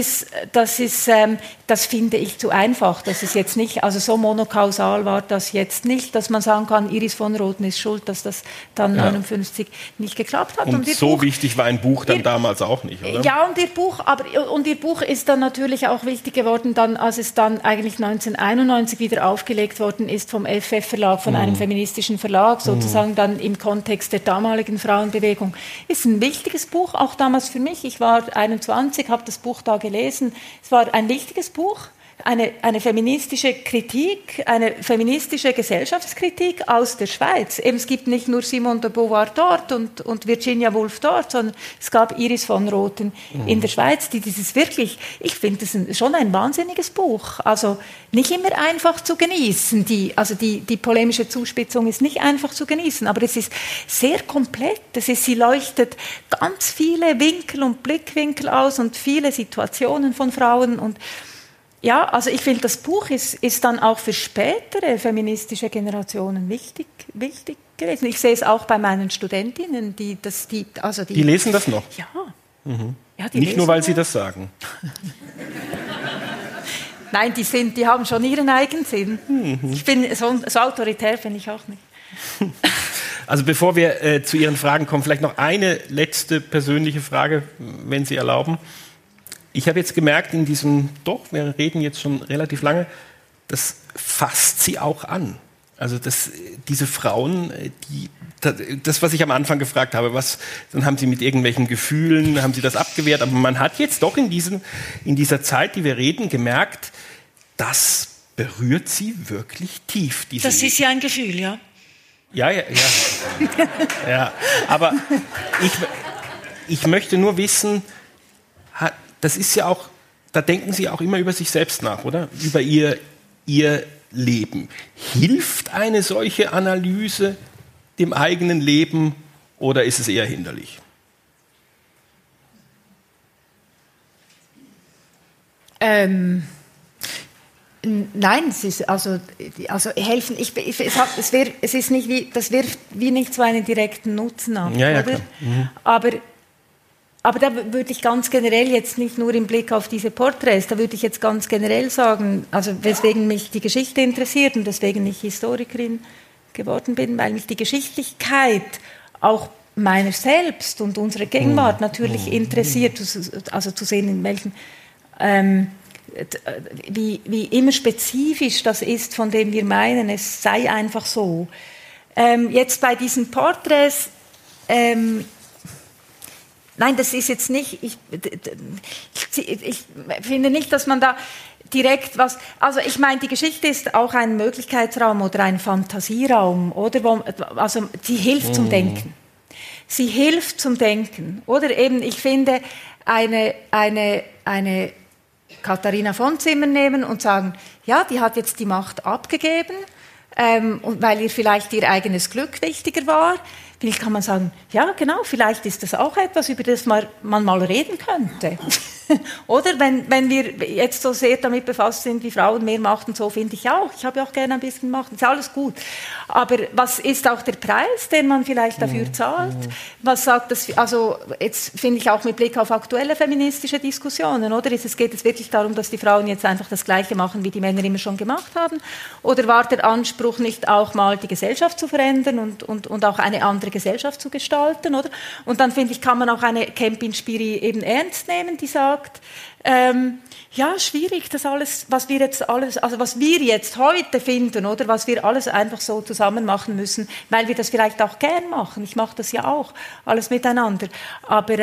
finde ich zu einfach. Das ist jetzt nicht, also so monokausal war das jetzt nicht, dass man sagen kann, Iris von Rothen ist schuld, dass das dann 1959 nicht geklappt hat. Und so Buch, wichtig war ein Buch dann damals auch nicht, oder? Ja, und ihr Buch ist dann natürlich auch wichtig geworden, dann, als es dann eigentlich 1991 wieder aufgelegt worden ist vom FF-Verlag, von einem feministischen Verlag, sozusagen dann im Kontext der damaligen Frauenbewegung. Ist ein wichtiges Buch, auch damals für mich. Ich war 21, habe das Buch da gelesen. Es war ein wichtiges Buch, eine feministische Kritik, eine feministische Gesellschaftskritik aus der Schweiz. Eben, es gibt nicht nur Simone de Beauvoir dort und Virginia Woolf dort, sondern es gab Iris von Rothen in der Schweiz, die dieses wirklich, ich finde das schon ein wahnsinniges Buch. Also nicht immer einfach zu genießen. Die polemische Zuspitzung ist nicht einfach zu genießen, aber es ist sehr komplett. Sie leuchtet ganz viele Winkel und Blickwinkel aus und viele Situationen von Frauen und ja, also ich finde, das Buch ist dann auch für spätere feministische Generationen wichtig gewesen. Ich sehe es auch bei meinen Studentinnen, die lesen das noch? Ja. Ja, nicht nur, weil sie das sagen. Nein, die haben schon ihren Eigensinn. Ich bin so autoritär bin ich auch nicht. Also bevor wir zu Ihren Fragen kommen, vielleicht noch eine letzte persönliche Frage, wenn Sie erlauben. Ich habe jetzt gemerkt, wir reden jetzt schon relativ lange, das fasst Sie auch an. Also diese Frauen, das, was ich am Anfang gefragt habe, dann haben Sie mit irgendwelchen Gefühlen, haben Sie das abgewehrt, aber man hat jetzt doch in dieser Zeit, die wir reden, gemerkt, das berührt Sie wirklich tief. Das ist ja ein Gefühl, ja. Ja. Ja, aber ich möchte nur wissen, das ist ja auch, da denken Sie auch immer über sich selbst nach, oder? Über Ihr Leben. Hilft eine solche Analyse dem eigenen Leben oder ist es eher hinderlich? Nein, es ist also helfen. Es ist nicht wie, das wirft wie nicht so einen direkten Nutzen ab, ja, oder? Aber da würde ich ganz generell jetzt nicht nur im Blick auf diese Porträts, da würde ich jetzt ganz generell sagen, also weswegen mich die Geschichte interessiert und weswegen ich Historikerin geworden bin, weil mich die Geschichtlichkeit auch meiner selbst und unserer Gegenwart natürlich interessiert, also zu sehen, in welchen wie immer spezifisch das ist, von dem wir meinen, es sei einfach so. Jetzt bei diesen Porträts, nein, das ist jetzt nicht, ich finde nicht, dass man da direkt was, also ich meine, die Geschichte ist auch ein Möglichkeitsraum oder ein Fantasieraum, oder? Also sie hilft zum Denken. Sie hilft zum Denken, oder eben, ich finde, eine Katharina von Zimmer nehmen und sagen, ja, die hat jetzt die Macht abgegeben, und weil ihr vielleicht ihr eigenes Glück wichtiger war. Vielleicht kann man sagen, ja genau, vielleicht ist das auch etwas, über das man mal reden könnte. Oder wenn wir jetzt so sehr damit befasst sind, wie Frauen mehr Macht und so, finde ich auch. Ich habe ja auch gerne ein bisschen Macht, ist alles gut. Aber was ist auch der Preis, den man vielleicht dafür zahlt? Was sagt das? Also jetzt finde ich auch mit Blick auf aktuelle feministische Diskussionen, oder? Geht es wirklich darum, dass die Frauen jetzt einfach das Gleiche machen, wie die Männer immer schon gemacht haben? Oder war der Anspruch nicht auch mal, die Gesellschaft zu verändern und auch eine andere andere Gesellschaft zu gestalten, oder? Und dann finde ich, kann man auch eine Campin Spiri eben ernst nehmen, die sagt, ja, schwierig, das alles, was wir jetzt heute finden, oder was wir alles einfach so zusammen machen müssen, weil wir das vielleicht auch gern machen. Ich mache das ja auch, alles miteinander. Aber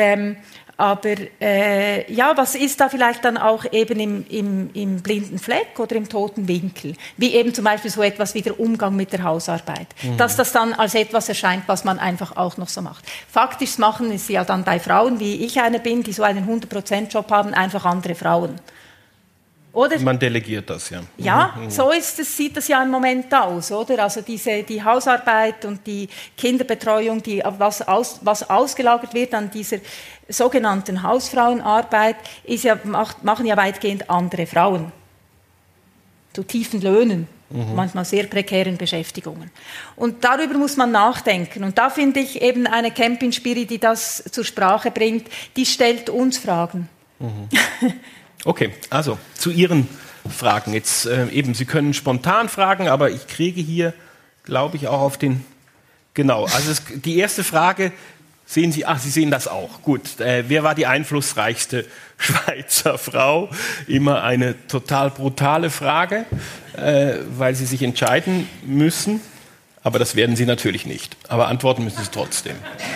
was ist da vielleicht dann auch eben im blinden Fleck oder im toten Winkel? Wie eben zum Beispiel so etwas wie der Umgang mit der Hausarbeit. Dass das dann als etwas erscheint, was man einfach auch noch so macht. Faktisch machen es ja dann bei Frauen, wie ich eine bin, die so einen 100%-Job haben, einfach andere Frauen. Oder? Man delegiert das, ja. Ja, so sieht das ja im Moment aus, oder? Also die Hausarbeit und die Kinderbetreuung, was ausgelagert wird an dieser sogenannten Hausfrauenarbeit, machen ja weitgehend andere Frauen. Zu tiefen Löhnen, manchmal sehr prekären Beschäftigungen. Und darüber muss man nachdenken. Und da finde ich eben eine Campin Spiri, die das zur Sprache bringt, die stellt uns Fragen. Okay, also zu Ihren Fragen. Jetzt eben, Sie können spontan fragen, aber ich kriege hier, glaube ich, auch auf den... Genau, also die erste Frage, sehen Sie, Sie sehen das auch. Gut, wer war die einflussreichste Schweizer Frau? Immer eine total brutale Frage, weil Sie sich entscheiden müssen. Aber das werden Sie natürlich nicht. Aber antworten müssen Sie trotzdem.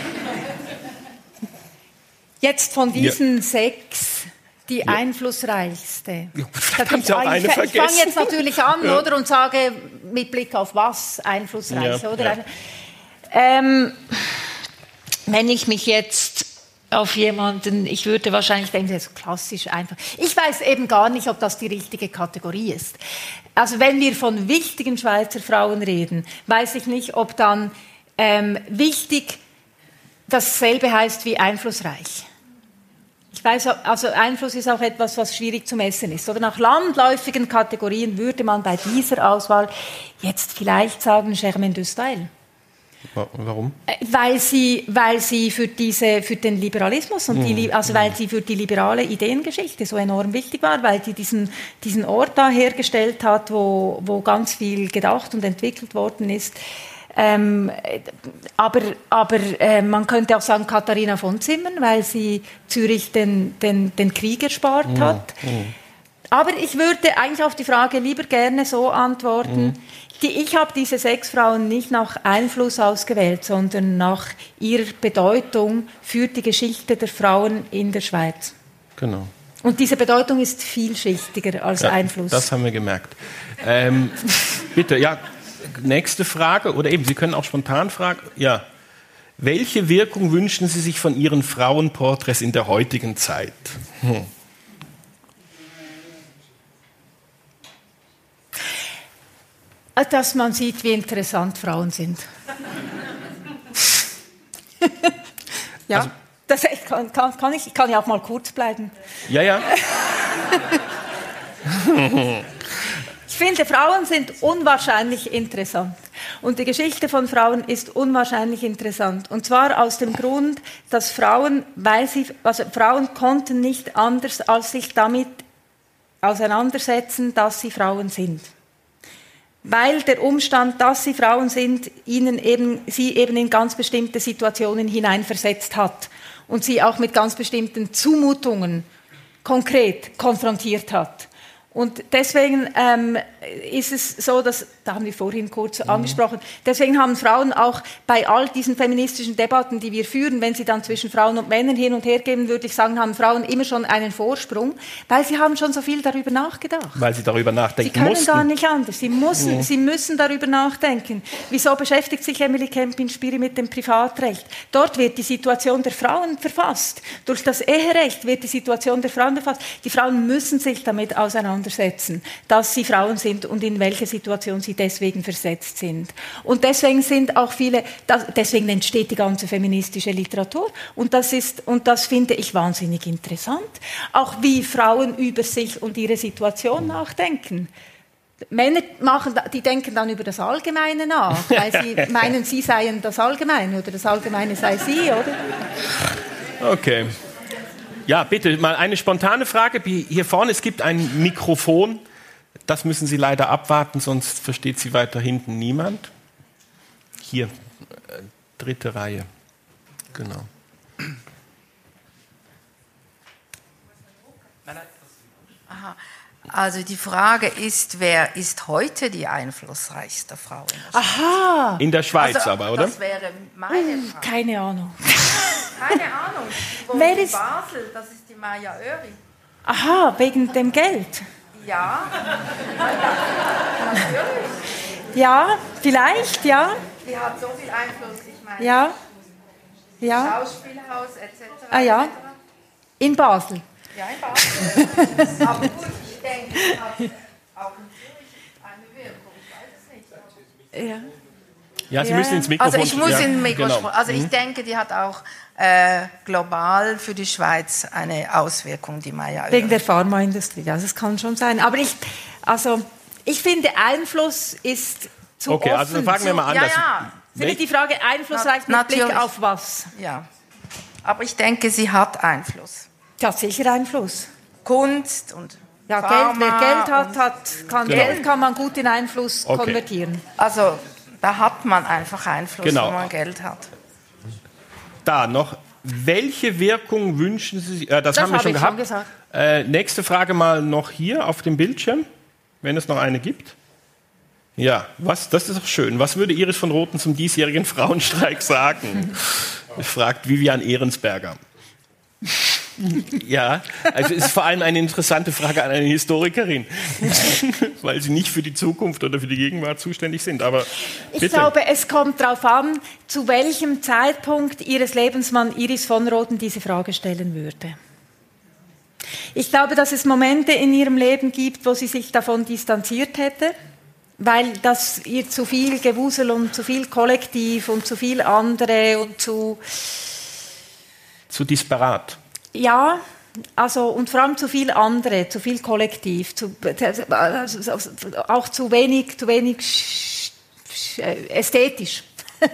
Jetzt von diesen 6... Die einflussreichste. Ja, vielleicht haben Sie auch eine vergessen. Ich fange jetzt natürlich an, oder, und sage mit Blick auf was einflussreich. Ja, oder? Wenn ich mich jetzt auf jemanden, ich würde wahrscheinlich denken, das ist klassisch einfach. Ich weiß eben gar nicht, ob das die richtige Kategorie ist. Also wenn wir von wichtigen Schweizer Frauen reden, weiß ich nicht, ob dann wichtig dasselbe heißt wie einflussreich. Ich weiß, also Einfluss ist auch etwas, was schwierig zu messen ist. Oder nach landläufigen Kategorien würde man bei dieser Auswahl jetzt vielleicht sagen Germaine de Staël. Warum? Weil sie für den Liberalismus und weil sie für die liberale Ideengeschichte so enorm wichtig war, weil sie diesen Ort da hergestellt hat, wo ganz viel gedacht und entwickelt worden ist. Aber man könnte auch sagen Katharina von Zimmern, weil sie Zürich den Krieg erspart hat. Aber ich würde eigentlich auf die Frage lieber gerne so antworten, ich habe diese 6 Frauen nicht nach Einfluss ausgewählt, sondern nach ihrer Bedeutung für die Geschichte der Frauen in der Schweiz. Genau. Und diese Bedeutung ist vielschichtiger als Einfluss. Das haben wir gemerkt. Bitte, ja. Nächste Frage, oder eben, Sie können auch spontan fragen. Ja. Welche Wirkung wünschen Sie sich von Ihren Frauenporträts in der heutigen Zeit? Dass man sieht, wie interessant Frauen sind. Ja, also, ich kann ja auch mal kurz bleiben. Ja. Ich finde, Frauen sind unwahrscheinlich interessant. Und die Geschichte von Frauen ist unwahrscheinlich interessant. Und zwar aus dem Grund, dass Frauen konnten nicht anders, als sich damit auseinandersetzen, dass sie Frauen sind. Weil der Umstand, dass sie Frauen sind, sie eben in ganz bestimmte Situationen hineinversetzt hat und sie auch mit ganz bestimmten Zumutungen konkret konfrontiert hat. Und deswegen ist es so, dass, da haben wir vorhin kurz angesprochen, deswegen haben Frauen auch bei all diesen feministischen Debatten, die wir führen, wenn sie dann zwischen Frauen und Männern hin und her gehen, würde ich sagen, haben Frauen immer schon einen Vorsprung, weil sie haben schon so viel darüber nachgedacht. Weil sie darüber nachdenken mussten. Sie können gar nicht anders. Sie müssen darüber nachdenken. Wieso beschäftigt sich Emily Campin Spiri mit dem Privatrecht? Dort wird die Situation der Frauen verfasst. Durch das Eherecht wird die Situation der Frauen verfasst. Die Frauen müssen sich damit auseinandersetzen, dass sie Frauen sind und in welche Situation sie deswegen versetzt sind. Und deswegen sind auch deswegen entsteht die ganze feministische Literatur. Und das finde ich wahnsinnig interessant. Auch wie Frauen über sich und ihre Situation nachdenken. Männer die denken dann über das Allgemeine nach, weil sie meinen, sie seien das Allgemeine oder das Allgemeine sei sie, oder? Okay. Ja, bitte, mal eine spontane Frage. Hier vorne, es gibt ein Mikrofon. Das müssen Sie leider abwarten, sonst versteht Sie weiter hinten niemand. Hier, dritte Reihe. Genau. Aha. Also die Frage ist, wer ist heute die einflussreichste Frau in der Schweiz? Aha! In der Schweiz Also, aber, oder? Das wäre meine Frage. Keine Ahnung. Keine Ahnung. Wer In ist- Basel, das ist die Maya Oeri. Aha, wegen dem Geld. Ja, natürlich. Ja, vielleicht, ja. Die hat so viel Einfluss, ich meine, Ja. Ja. Schauspielhaus etc. Ah ja. etc. In Basel. Ja, in Basel. Aber gut, ich denke, sie hat auch in Zürich eine Wirkung, ich weiß es nicht. Ja. Ja, Sie Ja. müssen ins Mikrofon. Also ich muss ja, in Mikrofon. genau. Also ich denke, die hat auch global für die Schweiz eine Auswirkung, die Maya Oeri. Wegen der Pharmaindustrie, ja, das kann schon sein. Aber ich finde, Einfluss ist zu Okay, offen. also dann fragen wir mal Ja, anders. ja, Finde die Frage einflussreich mit Blick Natürlich. auf was? ja. Aber ich denke, sie hat Einfluss. Die hat sicher Einfluss. Kunst und Ja, Pharma Geld, wer Geld und- kann Genau. Geld kann man gut in Einfluss Okay. konvertieren. Also da hat man einfach Einfluss, Genau. wenn man Geld hat. Da noch. Welche Wirkung wünschen Sie sich? Das haben wir habe schon ich gehabt. schon gesagt. Nächste Frage mal noch hier auf dem Bildschirm, wenn es noch eine gibt. Ja, das ist auch schön. Was würde Iris von Rothen zum diesjährigen Frauenstreik sagen? Fragt Vivian Ehrensberger. Ja, also ist vor allem eine interessante Frage an eine Historikerin, weil sie nicht für die Zukunft oder für die Gegenwart zuständig sind. Aber Ich bitte. glaube, es kommt darauf an, zu welchem Zeitpunkt Ihres Lebens man Iris von Rothen diese Frage stellen würde. Ich glaube, dass es Momente in ihrem Leben gibt, wo sie sich davon distanziert hätte, weil das ihr zu viel Gewusel und zu viel Kollektiv und zu viel andere und zu disparat. ja, also und vor allem zu viel andere, zu viel Kollektiv, auch zu wenig ästhetisch.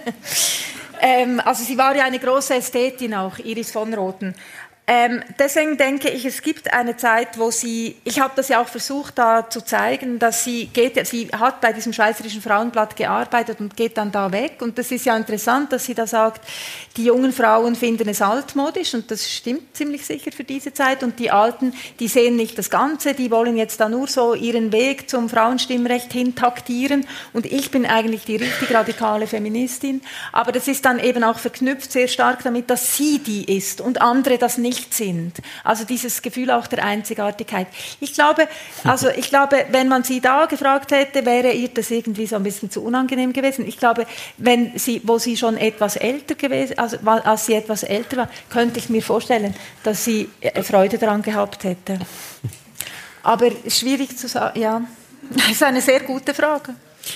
Also sie war ja eine große Ästhetin auch, Iris von Rothen. Deswegen denke ich, es gibt eine Zeit, wo sie, ich habe das ja auch versucht da zu zeigen, dass sie hat bei diesem Schweizerischen Frauenblatt gearbeitet und geht dann da weg. Und das ist ja interessant, dass sie da sagt, die jungen Frauen finden es altmodisch und das stimmt ziemlich sicher für diese Zeit. Und die Alten, die sehen nicht das Ganze, die wollen jetzt da nur so ihren Weg zum Frauenstimmrecht hintaktieren. Und ich bin eigentlich die richtig radikale Feministin. Aber das ist dann eben auch verknüpft sehr stark damit, dass sie die ist und andere das nicht sind. Also dieses Gefühl auch der Einzigartigkeit. Ich glaube, wenn man sie da gefragt hätte, wäre ihr das irgendwie so ein bisschen zu unangenehm gewesen. Ich glaube, wo sie schon etwas älter gewesen, also als sie etwas älter war, könnte ich mir vorstellen, dass sie Freude daran gehabt hätte. Aber schwierig zu sagen, ja. Das ist eine sehr gute Frage.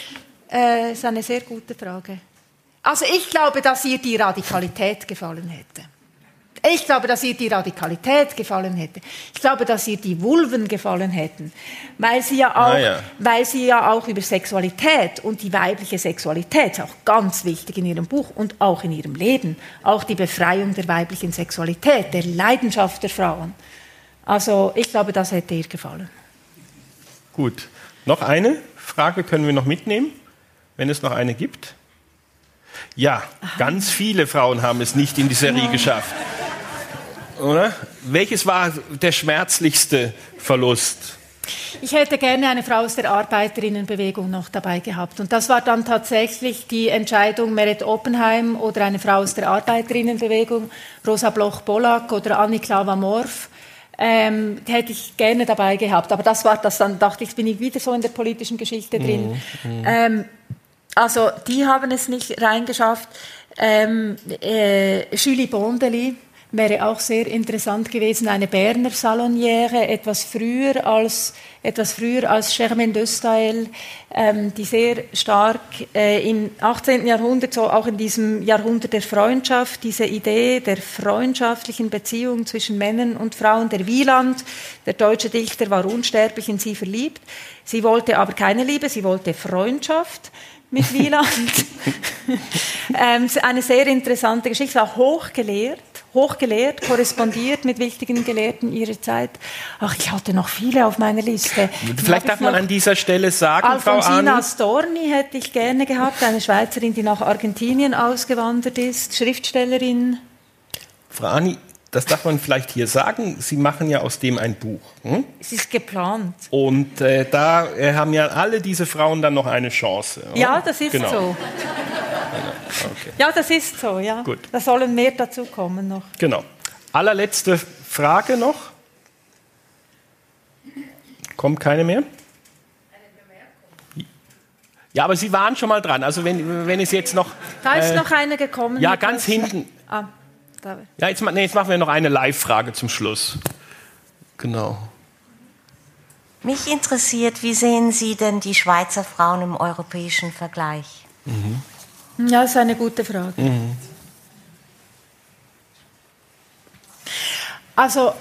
Also ich glaube, dass ihr die Radikalität gefallen hätte. Ich glaube, dass ihr die Radikalität gefallen hätte. Ich glaube, dass ihr die Vulven gefallen hätten, weil sie ja auch über Sexualität und die weibliche Sexualität, ist auch ganz wichtig in ihrem Buch und auch in ihrem Leben, auch die Befreiung der weiblichen Sexualität, der Leidenschaft der Frauen. Also ich glaube, das hätte ihr gefallen. Gut. Noch eine Frage können wir noch mitnehmen, wenn es noch eine gibt. Ja, ganz viele Frauen haben es nicht in die Serie geschafft. Oder? Welches war der schmerzlichste Verlust? Ich hätte gerne eine Frau aus der Arbeiterinnenbewegung noch dabei gehabt. Und das war dann tatsächlich die Entscheidung Meret Oppenheim oder eine Frau aus der Arbeiterinnenbewegung, Rosa Bloch-Pollack oder Annie-Clava Morf. Die hätte ich gerne dabei gehabt. Aber das war das, dann dachte ich, bin ich wieder so in der politischen Geschichte drin. Also die haben es nicht reingeschafft. Julie Bondeli wäre auch sehr interessant gewesen, eine Berner Saloniere, etwas früher als Germaine Destael, die sehr stark im 18. Jahrhundert, so auch in diesem Jahrhundert der Freundschaft, diese Idee der freundschaftlichen Beziehung zwischen Männern und Frauen, der Wieland, der deutsche Dichter, war unsterblich in sie verliebt. Sie wollte aber keine Liebe, sie wollte Freundschaft mit Wieland. Eine sehr interessante Geschichte, auch hochgelehrt hochgelehrt, korrespondiert mit wichtigen Gelehrten ihrer Zeit. Ach, ich hatte noch viele auf meiner Liste. Vielleicht darf man an dieser Stelle sagen, Frau Ani. Alfonsina Storni hätte ich gerne gehabt, eine Schweizerin, die nach Argentinien ausgewandert ist, Schriftstellerin. Frau Ani, das darf man vielleicht hier sagen, Sie machen ja aus dem ein Buch. Hm? Es ist geplant. Und da haben ja alle diese Frauen dann noch eine Chance. Oder? Ja, das ist so. Okay. Ja, das ist so, ja. Gut. Da sollen mehr dazu kommen noch. Genau. Allerletzte Frage noch. Kommt keine mehr? Ja, aber Sie waren schon mal dran. Also wenn es jetzt noch... Da ist noch eine gekommen. Ja, ganz hinten. Ah, da. Ja, jetzt machen wir noch eine Live-Frage zum Schluss. Genau. Mich interessiert, wie sehen Sie denn die Schweizer Frauen im europäischen Vergleich? Ja, das ist eine gute Frage. Also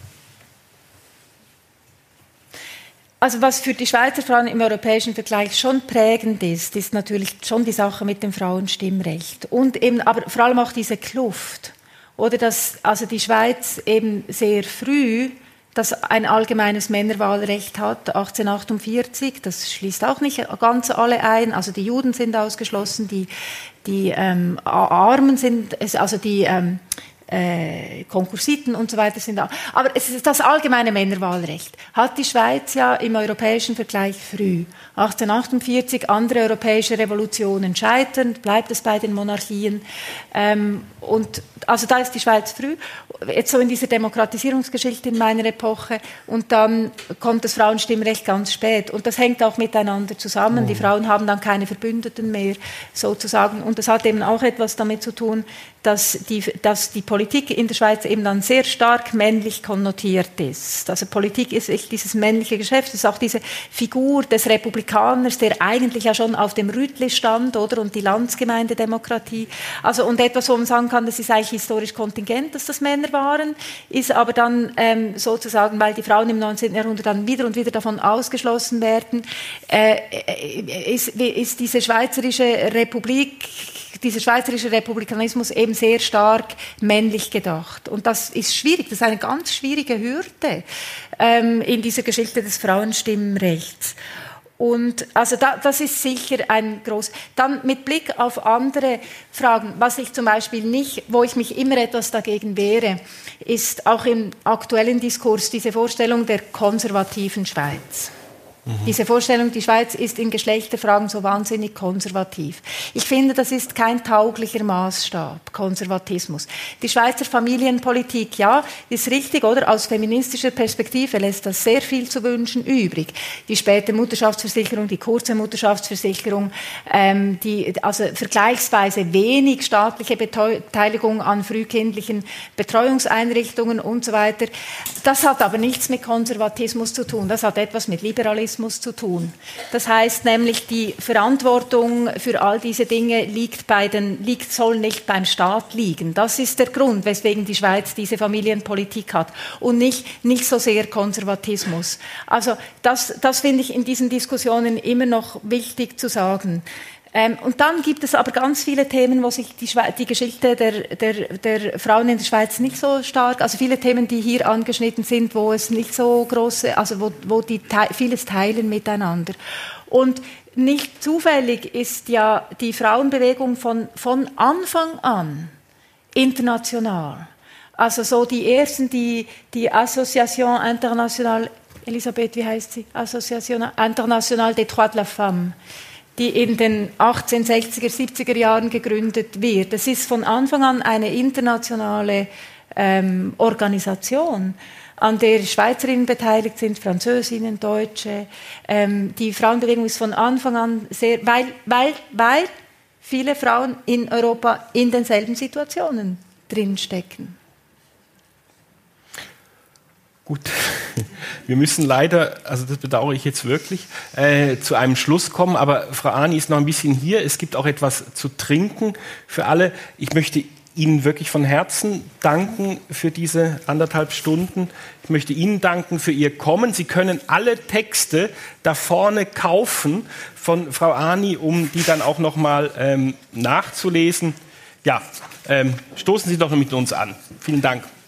was für die Schweizer Frauen im europäischen Vergleich schon prägend ist natürlich schon die Sache mit dem Frauenstimmrecht. Und eben, aber vor allem auch diese Kluft. Oder dass also die Schweiz eben sehr früh ein allgemeines Männerwahlrecht hat, 1848. Das schließt auch nicht ganz alle ein. Also die Juden sind ausgeschlossen, die Armen sind, also die Konkursiten und so weiter sind da. Aber es ist das allgemeine Männerwahlrecht. Hat die Schweiz ja im europäischen Vergleich früh. 1848, andere europäische Revolutionen scheitern, bleibt es bei den Monarchien. Und also da ist die Schweiz früh, jetzt so in dieser Demokratisierungsgeschichte in meiner Epoche. Und dann kommt das Frauenstimmrecht ganz spät. Und das hängt auch miteinander zusammen. Die Frauen haben dann keine Verbündeten mehr, sozusagen. Und das hat eben auch etwas damit zu tun, dass die Politik in der Schweiz eben dann sehr stark männlich konnotiert ist. Also Politik ist echt dieses männliche Geschäft, es ist auch diese Figur des Republikaners, der eigentlich ja schon auf dem Rütli stand, oder? Und die Landsgemeindedemokratie. Also, und etwas, wo man sagen kann, das ist eigentlich historisch kontingent, dass das Männer waren, ist aber dann sozusagen, weil die Frauen im 19. Jahrhundert dann wieder und wieder davon ausgeschlossen werden, ist diese schweizerische Republik, dieser schweizerische Republikanismus eben sehr stark männlich gedacht. Und das ist schwierig, das ist eine ganz schwierige Hürde in dieser Geschichte des Frauenstimmrechts. Und also das ist sicher ein groß. Dann mit Blick auf andere Fragen, was ich zum Beispiel nicht, wo ich mich immer etwas dagegen wehre, ist auch im aktuellen Diskurs diese Vorstellung der konservativen Schweiz. Diese Vorstellung, die Schweiz ist in Geschlechterfragen so wahnsinnig konservativ. Ich finde, das ist kein tauglicher Maßstab, Konservatismus. Die Schweizer Familienpolitik, ja, ist richtig, oder? Aus feministischer Perspektive lässt das sehr viel zu wünschen übrig. Die späte Mutterschaftsversicherung, die kurze Mutterschaftsversicherung, also vergleichsweise wenig staatliche Beteiligung an frühkindlichen Betreuungseinrichtungen und so weiter. Das hat aber nichts mit Konservatismus zu tun. Das hat etwas mit Liberalismus zu tun. Das heißt nämlich, die Verantwortung für all diese Dinge soll nicht beim Staat liegen. Das ist der Grund, weswegen die Schweiz diese Familienpolitik hat und nicht so sehr Konservatismus. Also das finde ich in diesen Diskussionen immer noch wichtig zu sagen. Und dann gibt es aber ganz viele Themen, wo sich die Geschichte der Frauen in der Schweiz nicht so stark, also viele Themen, die hier angeschnitten sind, wo es nicht so große, also wo die vieles teilen miteinander. Und nicht zufällig ist ja die Frauenbewegung von Anfang an international. Also so die ersten, die Association Internationale, Elisabeth, wie heißt sie? Association Internationale des Droits de la Femme, die in den 1860er, 70er Jahren gegründet wird. Das ist von Anfang an eine internationale Organisation, an der Schweizerinnen beteiligt sind, Französinnen, Deutsche. Die Frauenbewegung ist von Anfang an sehr, weil viele Frauen in Europa in denselben Situationen drinstecken. Gut, wir müssen leider, also das bedauere ich jetzt wirklich, zu einem Schluss kommen. Aber Frau Ani ist noch ein bisschen hier. Es gibt auch etwas zu trinken für alle. Ich möchte Ihnen wirklich von Herzen danken für diese 1,5 Stunden. Ich möchte Ihnen danken für Ihr Kommen. Sie können alle Texte da vorne kaufen von Frau Ani, um die dann auch noch mal nachzulesen. ja, stoßen Sie doch mit uns an. Vielen Dank.